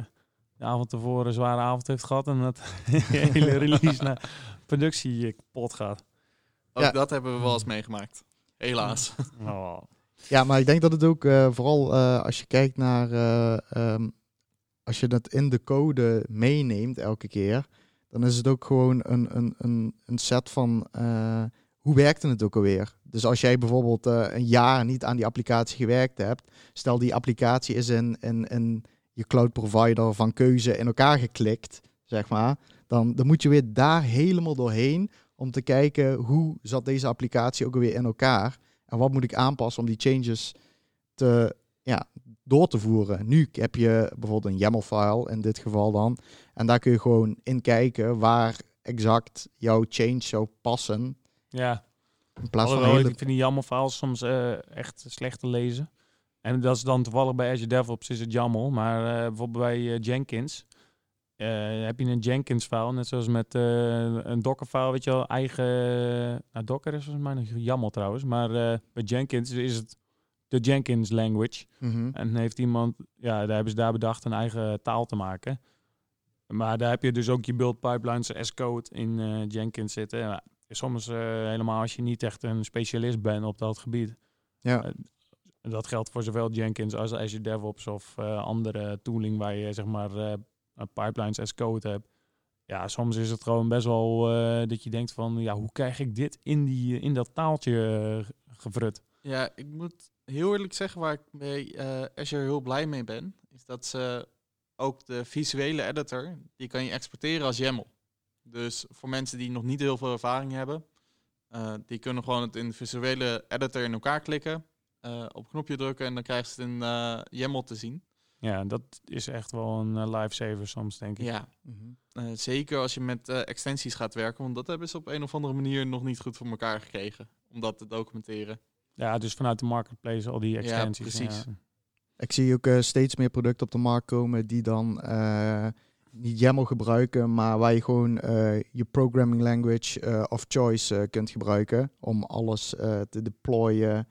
de avond tevoren een zware avond heeft gehad en dat de hele release naar productie kapot gaat. Ook ja. Dat hebben we wel eens meegemaakt. Helaas. Oh. Ja, maar ik denk dat het ook uh, vooral uh, als je kijkt naar uh, um, als je dat in de code meeneemt elke keer, dan is het ook gewoon een, een, een, een set van uh, hoe werkte het ook alweer? Dus als jij bijvoorbeeld uh, een jaar niet aan die applicatie gewerkt hebt, stel die applicatie is in, in, in je cloud provider van keuze in elkaar geklikt, zeg maar, dan, dan moet je weer daar helemaal doorheen om te kijken hoe zat deze applicatie ook alweer in elkaar en wat moet ik aanpassen om die changes te, ja, door te voeren. Nu heb je bijvoorbeeld een YAML-file, in dit geval dan. En daar kun je gewoon in kijken waar exact jouw change zou passen. Ja, In plaats van alhoewel, hele... ik vind die YAML-files soms uh, echt slecht te lezen. En dat is dan toevallig bij Azure DevOps is het YAML. Maar uh, bijvoorbeeld bij uh, Jenkins uh, heb je een Jenkins-file. Net zoals met uh, een Docker-file, weet je wel. Eigen... Nou, Docker is volgens mij een YAML trouwens. Maar uh, bij Jenkins is het de Jenkins language. Mm-hmm. En heeft iemand... Ja, daar hebben ze daar bedacht een eigen taal te maken. Maar daar heb je dus ook je build pipelines as code in uh, Jenkins zitten. Ja, soms uh, helemaal als je niet echt een specialist bent op dat gebied. Ja. Uh, dat geldt voor zowel Jenkins als Azure DevOps of uh, andere tooling waar je zeg maar uh, pipelines as code hebt. Ja, soms is het gewoon best wel uh, dat je denkt van, ja, hoe krijg ik dit in, die, in dat taaltje uh, gevrut? Ja, ik moet heel eerlijk zeggen waar ik bij uh, Azure heel blij mee ben, is dat ze ook de visuele editor, die kan je exporteren als YAML. Dus voor mensen die nog niet heel veel ervaring hebben, uh, die kunnen gewoon het in de visuele editor in elkaar klikken, uh, op een knopje drukken en dan krijgen ze het in uh, YAML te zien. Ja, dat is echt wel een uh, lifesaver soms, denk ik. Ja, mm-hmm. uh, zeker als je met uh, extensies gaat werken, want dat hebben ze op een of andere manier nog niet goed voor elkaar gekregen, om dat te documenteren. Ja, dus vanuit de marketplace al die extensies. Ja, precies. Ja. Ik zie ook uh, steeds meer producten op de markt komen die dan uh, niet YAML gebruiken, maar waar je gewoon uh, je programming language uh, of choice uh, kunt gebruiken om alles uh, te deployen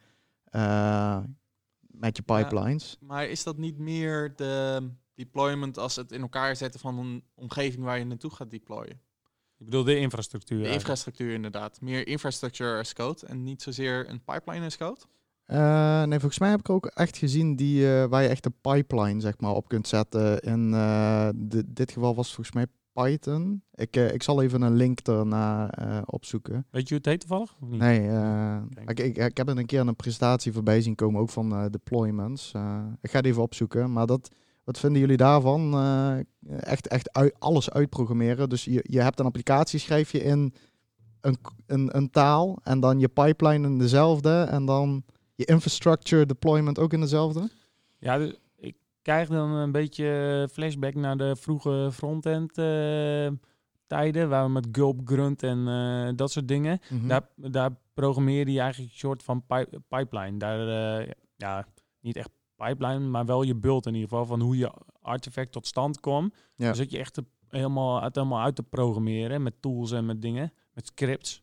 uh, met je pipelines. Ja, maar is dat niet meer de deployment als het in elkaar zetten van een omgeving waar je naartoe gaat deployen? Ik bedoel de infrastructuur. De infrastructuur inderdaad. Meer infrastructure as code en niet zozeer een pipeline as code? Uh, nee, volgens mij heb ik ook echt gezien die, uh, waar je echt een pipeline zeg maar, op kunt zetten. In uh, de, dit geval was het volgens mij Python. Ik, uh, ik zal even een link erna uh, opzoeken. Weet je hoe het heet toevallig? Of niet? Nee, uh, ik, ik, ik heb er een keer een presentatie voorbij zien komen, ook van uh, deployments. Uh, ik ga het even opzoeken, maar dat... Wat vinden jullie daarvan? Uh, echt echt uit, alles uitprogrammeren. Dus je, je hebt een applicatie, schrijf je in een, een, een taal en dan je pipeline in dezelfde en dan je infrastructure deployment ook in dezelfde? Ja, dus ik krijg dan een beetje flashback naar de vroege frontend uh, tijden, waar we met Gulp, Grunt en uh, dat soort dingen. Mm-hmm. Daar, daar programmeerde je eigenlijk een soort van pi- pipeline. Daar, uh, ja, niet echt pipeline, maar wel je build in ieder geval, van hoe je artefact tot stand komt. Ja. Dus dat je echt te, helemaal, het helemaal uit te programmeren met tools en met dingen, met scripts.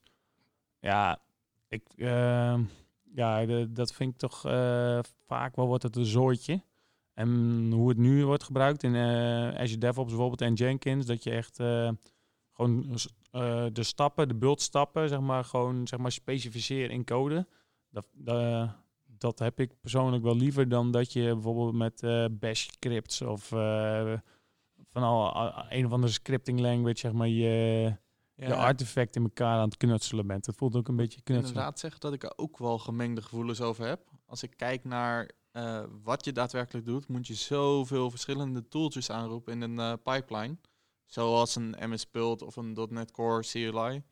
Ja, ik, uh, ja de, dat vind ik toch uh, vaak wel wordt het een zooitje. En hoe het nu wordt gebruikt in uh, Azure DevOps bijvoorbeeld en Jenkins, dat je echt uh, gewoon uh, de stappen, de build stappen, zeg maar, gewoon zeg maar specificeren in code. Dat, uh, Dat heb ik persoonlijk wel liever dan dat je bijvoorbeeld met uh, bash scripts of uh, van al uh, een of andere scripting language, zeg maar, je, ja. je artefact in elkaar aan het knutselen bent. Dat voelt ook een beetje knutselen. Ik kan inderdaad zeggen dat ik er ook wel gemengde gevoelens over heb. Als ik kijk naar uh, wat je daadwerkelijk doet, moet je zoveel verschillende tooltjes aanroepen in een uh, pipeline. Zoals een M S Build of een .dot net Core C L I.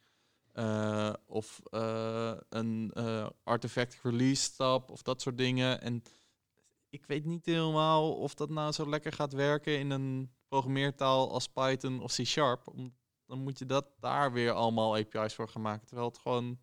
Uh, of uh, een uh, artifact release stap of dat soort dingen. En ik weet niet helemaal of dat nou zo lekker gaat werken in een programmeertaal als Python of C Sharp. Om, dan moet je dat daar weer allemaal A P I's voor gaan maken. Terwijl het gewoon,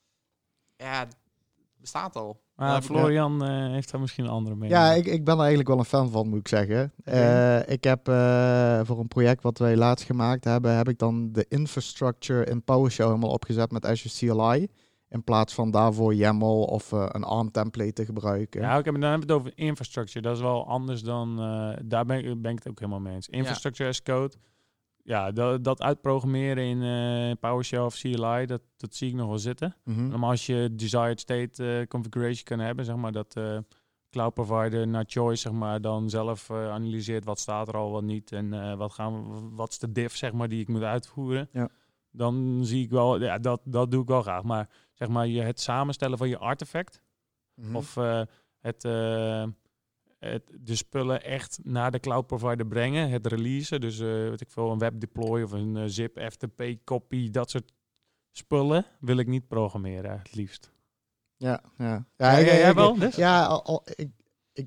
ja, het bestaat al. Maar Florian uh, heeft daar misschien een andere mening. Ja, ik, ik ben er eigenlijk wel een fan van, moet ik zeggen. Okay. Uh, ik heb uh, voor een project wat wij laatst gemaakt hebben, heb ik dan de infrastructure in PowerShell helemaal opgezet met Azure C L I. In plaats van daarvoor YAML of uh, een ARM template te gebruiken. Ja, oké, maar dan hebben we het over infrastructure. Dat is wel anders dan, uh, daar ben ik, ben ik het ook helemaal mee eens. Infrastructure ja. as code. Ja, dat, dat uitprogrammeren in uh, PowerShell of C L I, dat, dat zie ik nog wel zitten. Mm-hmm. Maar als je desired state uh, configuration kan hebben, zeg maar, dat uh, cloud provider naar choice, zeg maar, dan zelf uh, analyseert wat staat er al, wat niet en uh, wat gaan we, wat is de diff, zeg maar, die ik moet uitvoeren. Ja. Dan zie ik wel, ja, dat, dat doe ik wel graag. Maar zeg maar, je het samenstellen van je artefact mm-hmm. of uh, het uh, Het, de spullen echt naar de cloud provider brengen, het releasen, dus uh, weet ik veel, een web deploy of een uh, zip, F T P, copy, dat soort spullen wil ik niet programmeren, het liefst. Ja, ja. Ja, ja, ja, ja, wel, dus? ja al, al, ik, ik,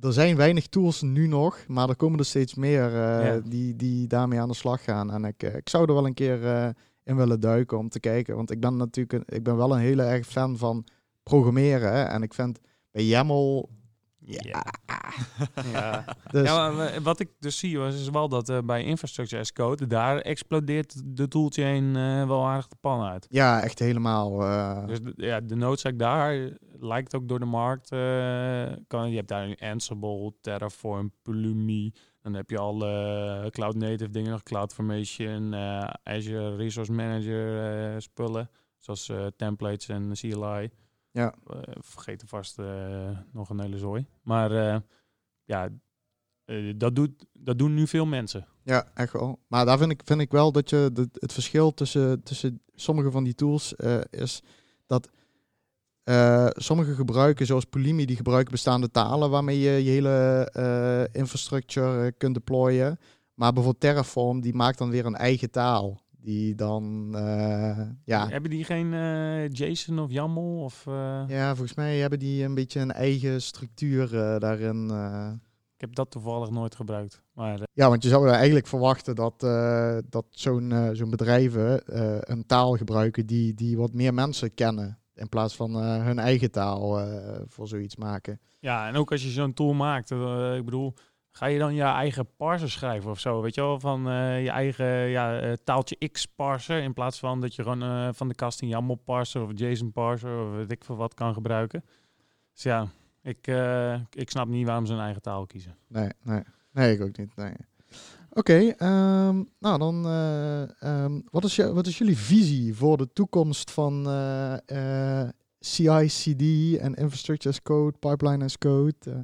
er zijn weinig tools nu nog, maar er komen er steeds meer uh, Ja. die, die daarmee aan de slag gaan. En ik, uh, ik zou er wel een keer uh, in willen duiken om te kijken. Want ik ben natuurlijk een, ik ben wel een hele erg fan van programmeren. Hè? En ik vind bij YAML... Ja. Ja. ja. Dus, ja, maar wat ik dus zie was is wel dat uh, bij Infrastructure as Code, daar explodeert de toolchain uh, wel aardig de pan uit. ja, echt helemaal. Uh, Dus de, ja, de noodzaak daar lijkt ook door de markt. Uh, kan, je hebt daar nu Ansible, Terraform, Pulumi. Dan heb je al uh, Cloud Native dingen, nog CloudFormation, uh, Azure Resource Manager uh, spullen. Zoals uh, templates en C L I. Ja. Uh, vergeet er vast uh, nog een hele zooi. Maar uh, ja, uh, dat, doet, dat doen nu veel mensen. Ja, echt wel. Maar daar vind ik, vind ik wel dat je de, het verschil tussen, tussen sommige van die tools uh, is dat uh, sommige gebruiken, zoals Pulumi, die gebruiken bestaande talen waarmee je je hele uh, infrastructure uh, kunt deployen. Maar bijvoorbeeld Terraform, die maakt dan weer een eigen taal. Die dan, uh, ja... Hebben die geen uh, JSON of YAML? Of, uh... Ja, volgens mij hebben die een beetje een eigen structuur uh, daarin. Uh... Ik heb dat toevallig nooit gebruikt. Maar, uh... Ja, want je zou eigenlijk verwachten dat, uh, dat zo'n uh, zo'n bedrijven uh, een taal gebruiken die, die wat meer mensen kennen. In plaats van uh, hun eigen taal uh, voor zoiets maken. Ja, en ook als je zo'n tool maakt, uh, ik bedoel... Ga je dan je eigen parser schrijven of zo, weet je wel? Van uh, je eigen ja, uh, taaltje X parser, in plaats van dat je gewoon uh, van de kast een YAML parser of JSON parser of weet ik veel wat kan gebruiken. Dus ja, ik, uh, ik snap niet waarom ze een eigen taal kiezen. Nee, nee. Nee, ik ook niet. Nee. Oké, okay, um, nou dan, uh, um, wat, is je, wat is jullie visie voor de toekomst van uh, uh, C I C D en Infrastructure as Code, Pipeline as Code? Uh.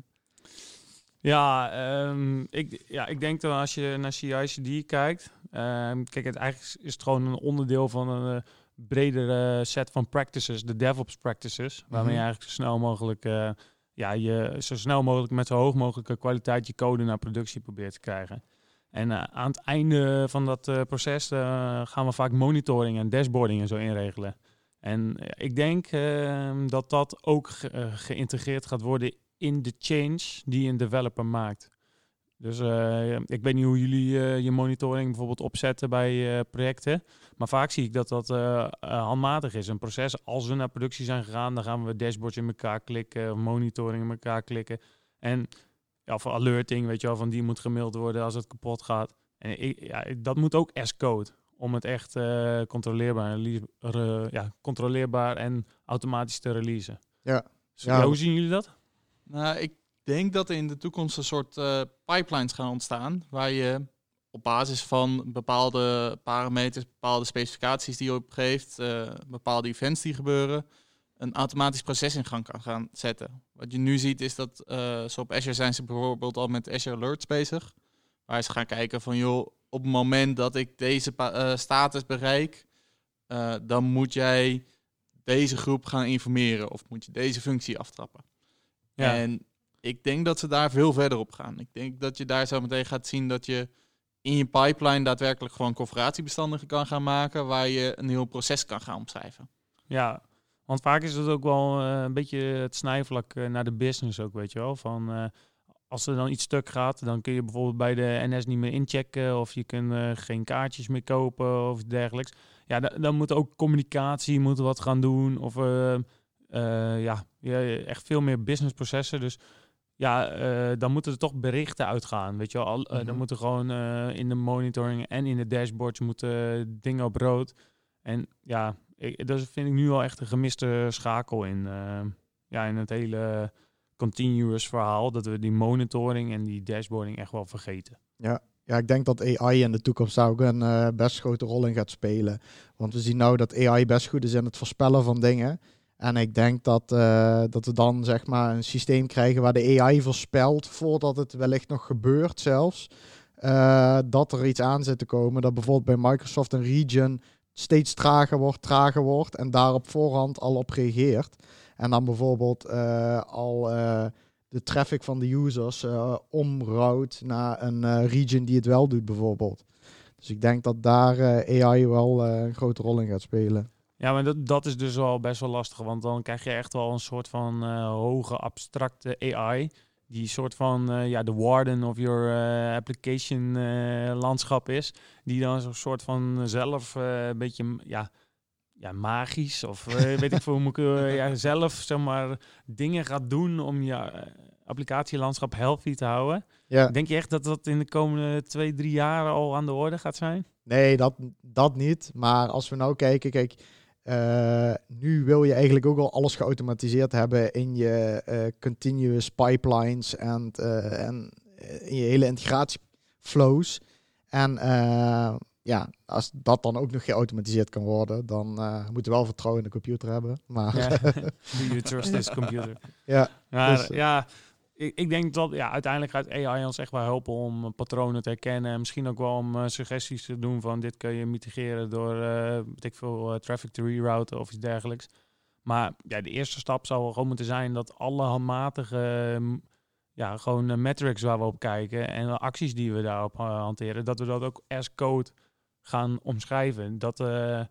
Ja, um, ik, ja, ik denk dat als je naar C I C D kijkt, um, kijk, het eigenlijk is het gewoon een onderdeel van een uh, bredere set van practices, de DevOps practices, waarmee mm-hmm. je eigenlijk zo snel mogelijk, uh, ja, je zo snel mogelijk met zo hoog mogelijke kwaliteit je code naar productie probeert te krijgen. En uh, aan het einde van dat uh, proces uh, gaan we vaak monitoring en dashboarding en zo inregelen. En uh, ik denk uh, dat dat ook ge- uh, geïntegreerd gaat worden in de change die een developer maakt. Dus uh, ik weet niet hoe jullie uh, je monitoring bijvoorbeeld opzetten bij uh, projecten. Maar vaak zie ik dat dat uh, uh, handmatig is. Een proces, als we naar productie zijn gegaan, dan gaan we dashboards in elkaar klikken, of monitoring in elkaar klikken. En ja, voor alerting, weet je wel, van die moet gemaild worden als het kapot gaat. En ik, ja, dat moet ook as code, om het echt uh, controleerbaar, re, ja, controleerbaar en automatisch te releasen. Ja. Dus, ja. Ja, hoe zien jullie dat? Nou, ik denk dat er in de toekomst een soort uh, pipelines gaan ontstaan, waar je op basis van bepaalde parameters, bepaalde specificaties die je opgeeft, uh, bepaalde events die gebeuren, een automatisch proces in gang kan gaan zetten. Wat je nu ziet is dat, uh, zo op Azure zijn ze bijvoorbeeld al met Azure Alerts bezig, waar ze gaan kijken van, joh, op het moment dat ik deze pa- uh, status bereik, uh, dan moet jij deze groep gaan informeren of moet je deze functie aftrappen. Ja. En ik denk dat ze daar veel verder op gaan. Ik denk dat je daar zo meteen gaat zien dat je in je pipeline daadwerkelijk gewoon configuratiebestanden kan gaan maken, waar je een heel proces kan gaan omschrijven. Ja, want vaak is het ook wel uh, een beetje het snijvlak uh, naar de business ook, weet je wel. Van, uh, als er dan iets stuk gaat, dan kun je bijvoorbeeld bij de N S niet meer inchecken of je kunt uh, geen kaartjes meer kopen of dergelijks. Ja, da- dan moet ook communicatie moet wat gaan doen of uh, uh, ja, ja, echt veel meer businessprocessen. Dus ja, uh, dan moeten er toch berichten uitgaan, weet je wel. Al, uh, mm-hmm. Dan moeten gewoon uh, in de monitoring en in de dashboards moeten dingen op rood. En ja, ik, dat vind ik nu al echt een gemiste schakel in, uh, ja, in het hele continuous verhaal. Dat we die monitoring en die dashboarding echt wel vergeten. Ja, ja ik denk dat A I in de toekomst daar ook een uh, best grote rol in gaat spelen. Want we zien nou dat A I best goed is in het voorspellen van dingen. En ik denk dat, uh, dat we dan zeg maar een systeem krijgen waar de A I voorspelt, voordat het wellicht nog gebeurt zelfs, uh, dat er iets aan zit te komen. Dat bijvoorbeeld bij Microsoft een region steeds trager wordt, trager wordt en daar op voorhand al op reageert. En dan bijvoorbeeld uh, al uh, de traffic van de users uh, omroute naar een uh, region die het wel doet bijvoorbeeld. Dus ik denk dat daar uh, A I wel uh, een grote rol in gaat spelen. Ja, maar dat, dat is dus wel best wel lastig, want dan krijg je echt wel een soort van uh, hoge abstracte A I die soort van uh, ja, de warden of your uh, application uh, landschap is. Die dan zo'n soort van zelf uh, een beetje ja, ja, magisch of uh, weet ik veel hoe moet ik uh, ja, zelf zeg maar dingen gaat doen om je uh, applicatielandschap healthy te houden. Ja. Denk je echt dat dat in de komende twee, drie jaar al aan de orde gaat zijn? Nee, dat, dat niet. Maar als we nou kijken, kijk, uh, nu wil je eigenlijk ook al alles geautomatiseerd hebben in je uh, continuous pipelines en, uh, en in je hele integratieflows. En uh, ja, als dat dan ook nog geautomatiseerd kan worden, dan uh, moeten we wel vertrouwen in de computer hebben. Maar ja. Do you trust this computer? Ja, maar, dus, uh, ja. Ik, ik denk dat ja, uiteindelijk gaat A I ons echt wel helpen om uh, patronen te herkennen. En misschien ook wel om uh, suggesties te doen van dit kun je mitigeren door uh, weet ik veel, uh, traffic te rerouten of iets dergelijks. Maar ja, de eerste stap zou gewoon moeten zijn dat alle handmatige uh, ja, gewoon uh, metrics waar we op kijken en uh, acties die we daarop uh, hanteren, dat we dat ook as code gaan omschrijven. Dat, uh,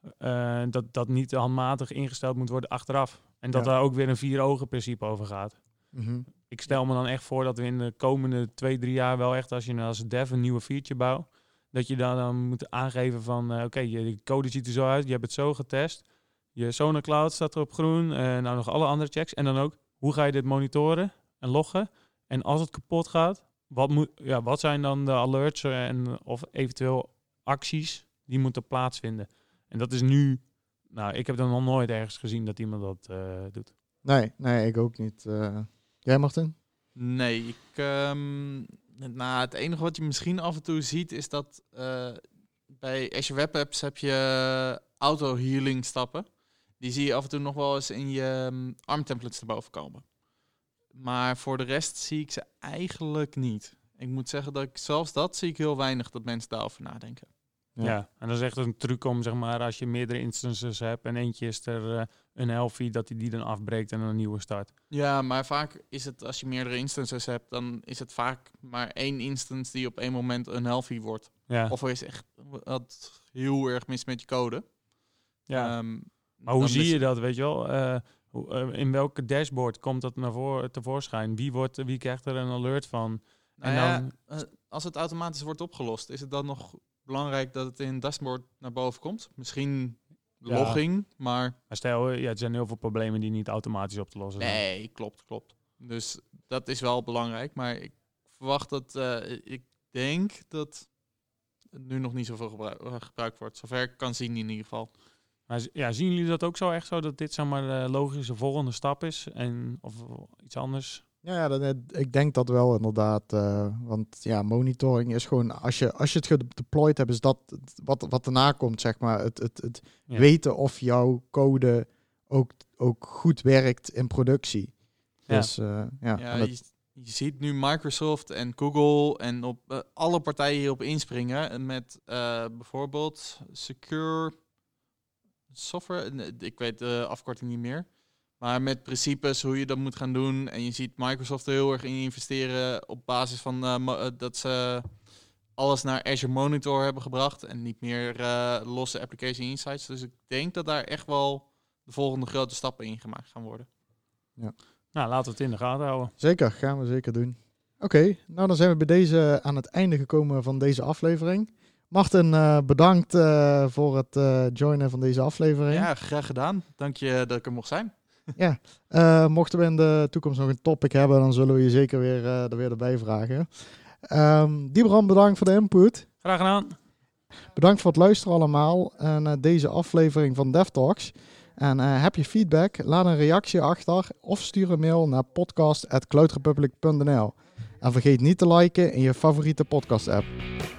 uh, dat dat niet handmatig ingesteld moet worden achteraf. En dat ja. daar ook weer een vier ogen principe over gaat. Mm-hmm. Ik stel me dan echt voor dat we in de komende twee, drie jaar wel echt, als je als dev een nieuwe feature bouwt, dat je dan, dan moet aangeven van, uh, oké, okay, je code ziet er zo uit, je hebt het zo getest, je Sonar Cloud staat er op groen, uh, nou nog alle andere checks. En dan ook, hoe ga je dit monitoren en loggen? En als het kapot gaat, wat, moet, ja, wat zijn dan de alerts en of eventueel acties die moeten plaatsvinden? En dat is nu, nou, ik heb dan nog nooit ergens gezien dat iemand dat uh, doet. Nee, nee, ik ook niet. Uh, jij, Martin? Nee, ik, um, nou, het enige wat je misschien af en toe ziet is dat uh, bij Azure Web Apps heb je auto-healing stappen. Die zie je af en toe nog wel eens in je um, A R M-templates erboven komen. Maar voor de rest zie ik ze eigenlijk niet. Ik moet zeggen dat ik zelfs dat zie ik heel weinig dat mensen daarover nadenken. Ja. ja, en dat is echt een truc om, zeg maar, als je meerdere instances hebt en eentje is er uh, een healthy, dat hij die dan afbreekt en een nieuwe start. Ja, maar vaak is het, als je meerdere instances hebt, dan is het vaak maar één instance die op één moment een healthy wordt. Ja. Of er is echt wat heel erg mis met je code. Ja, um, maar hoe zie je dat, weet je wel? Uh, hoe, uh, in welke dashboard komt dat naar voren tevoorschijn? Wie, wordt, wie krijgt er een alert van? Nou en ja, dan... uh, als het automatisch wordt opgelost, is het dan nog belangrijk dat het in het dashboard naar boven komt? Misschien logging, ja. maar... maar stel, ja, er zijn heel veel problemen die niet automatisch op te lossen zijn. Nee, klopt, klopt. Dus dat is wel belangrijk, maar ik verwacht dat... Uh, ik denk dat het nu nog niet zoveel gebruik, uh, gebruikt wordt. Zover ik kan zien in ieder geval. Maar ja, zien jullie dat ook zo echt zo, dat dit zeg maar de logische volgende stap is? En, of iets anders? Ja, ja dat, ik denk dat wel inderdaad. Uh, want ja, monitoring is gewoon, als je, als je het gedeployed hebt, is dat wat, wat daarna komt, zeg maar. Het, het, het ja. weten of jouw code ook, ook goed werkt in productie. Ja. Dus, uh, ja, ja dat... je, je ziet nu Microsoft en Google en op uh, alle partijen hierop inspringen. Met uh, bijvoorbeeld Secure Software. Ik weet de afkorting niet meer. Maar met principes hoe je dat moet gaan doen. En je ziet Microsoft er heel erg in investeren op basis van uh, mo- dat ze alles naar Azure Monitor hebben gebracht. En niet meer uh, losse application insights. Dus ik denk dat daar echt wel de volgende grote stappen in gemaakt gaan worden. Ja. Nou, laten we het in de gaten houden. Zeker, gaan we zeker doen. Oké, okay, nou dan zijn we bij deze aan het einde gekomen van deze aflevering. Martin, uh, bedankt uh, voor het uh, joinen van deze aflevering. Ja, graag gedaan. Dank je dat ik er mocht zijn. Ja, uh, mochten we in de toekomst nog een topic hebben, dan zullen we je zeker weer, uh, er weer erbij vragen. Um, Diebrand, bedankt voor de input. Graag gedaan. Bedankt voor het luisteren allemaal en uh, deze aflevering van DevTalks. En uh, heb je feedback, laat een reactie achter of stuur een mail naar podcast at cloud republic punt n l. En vergeet niet te liken in je favoriete podcast app.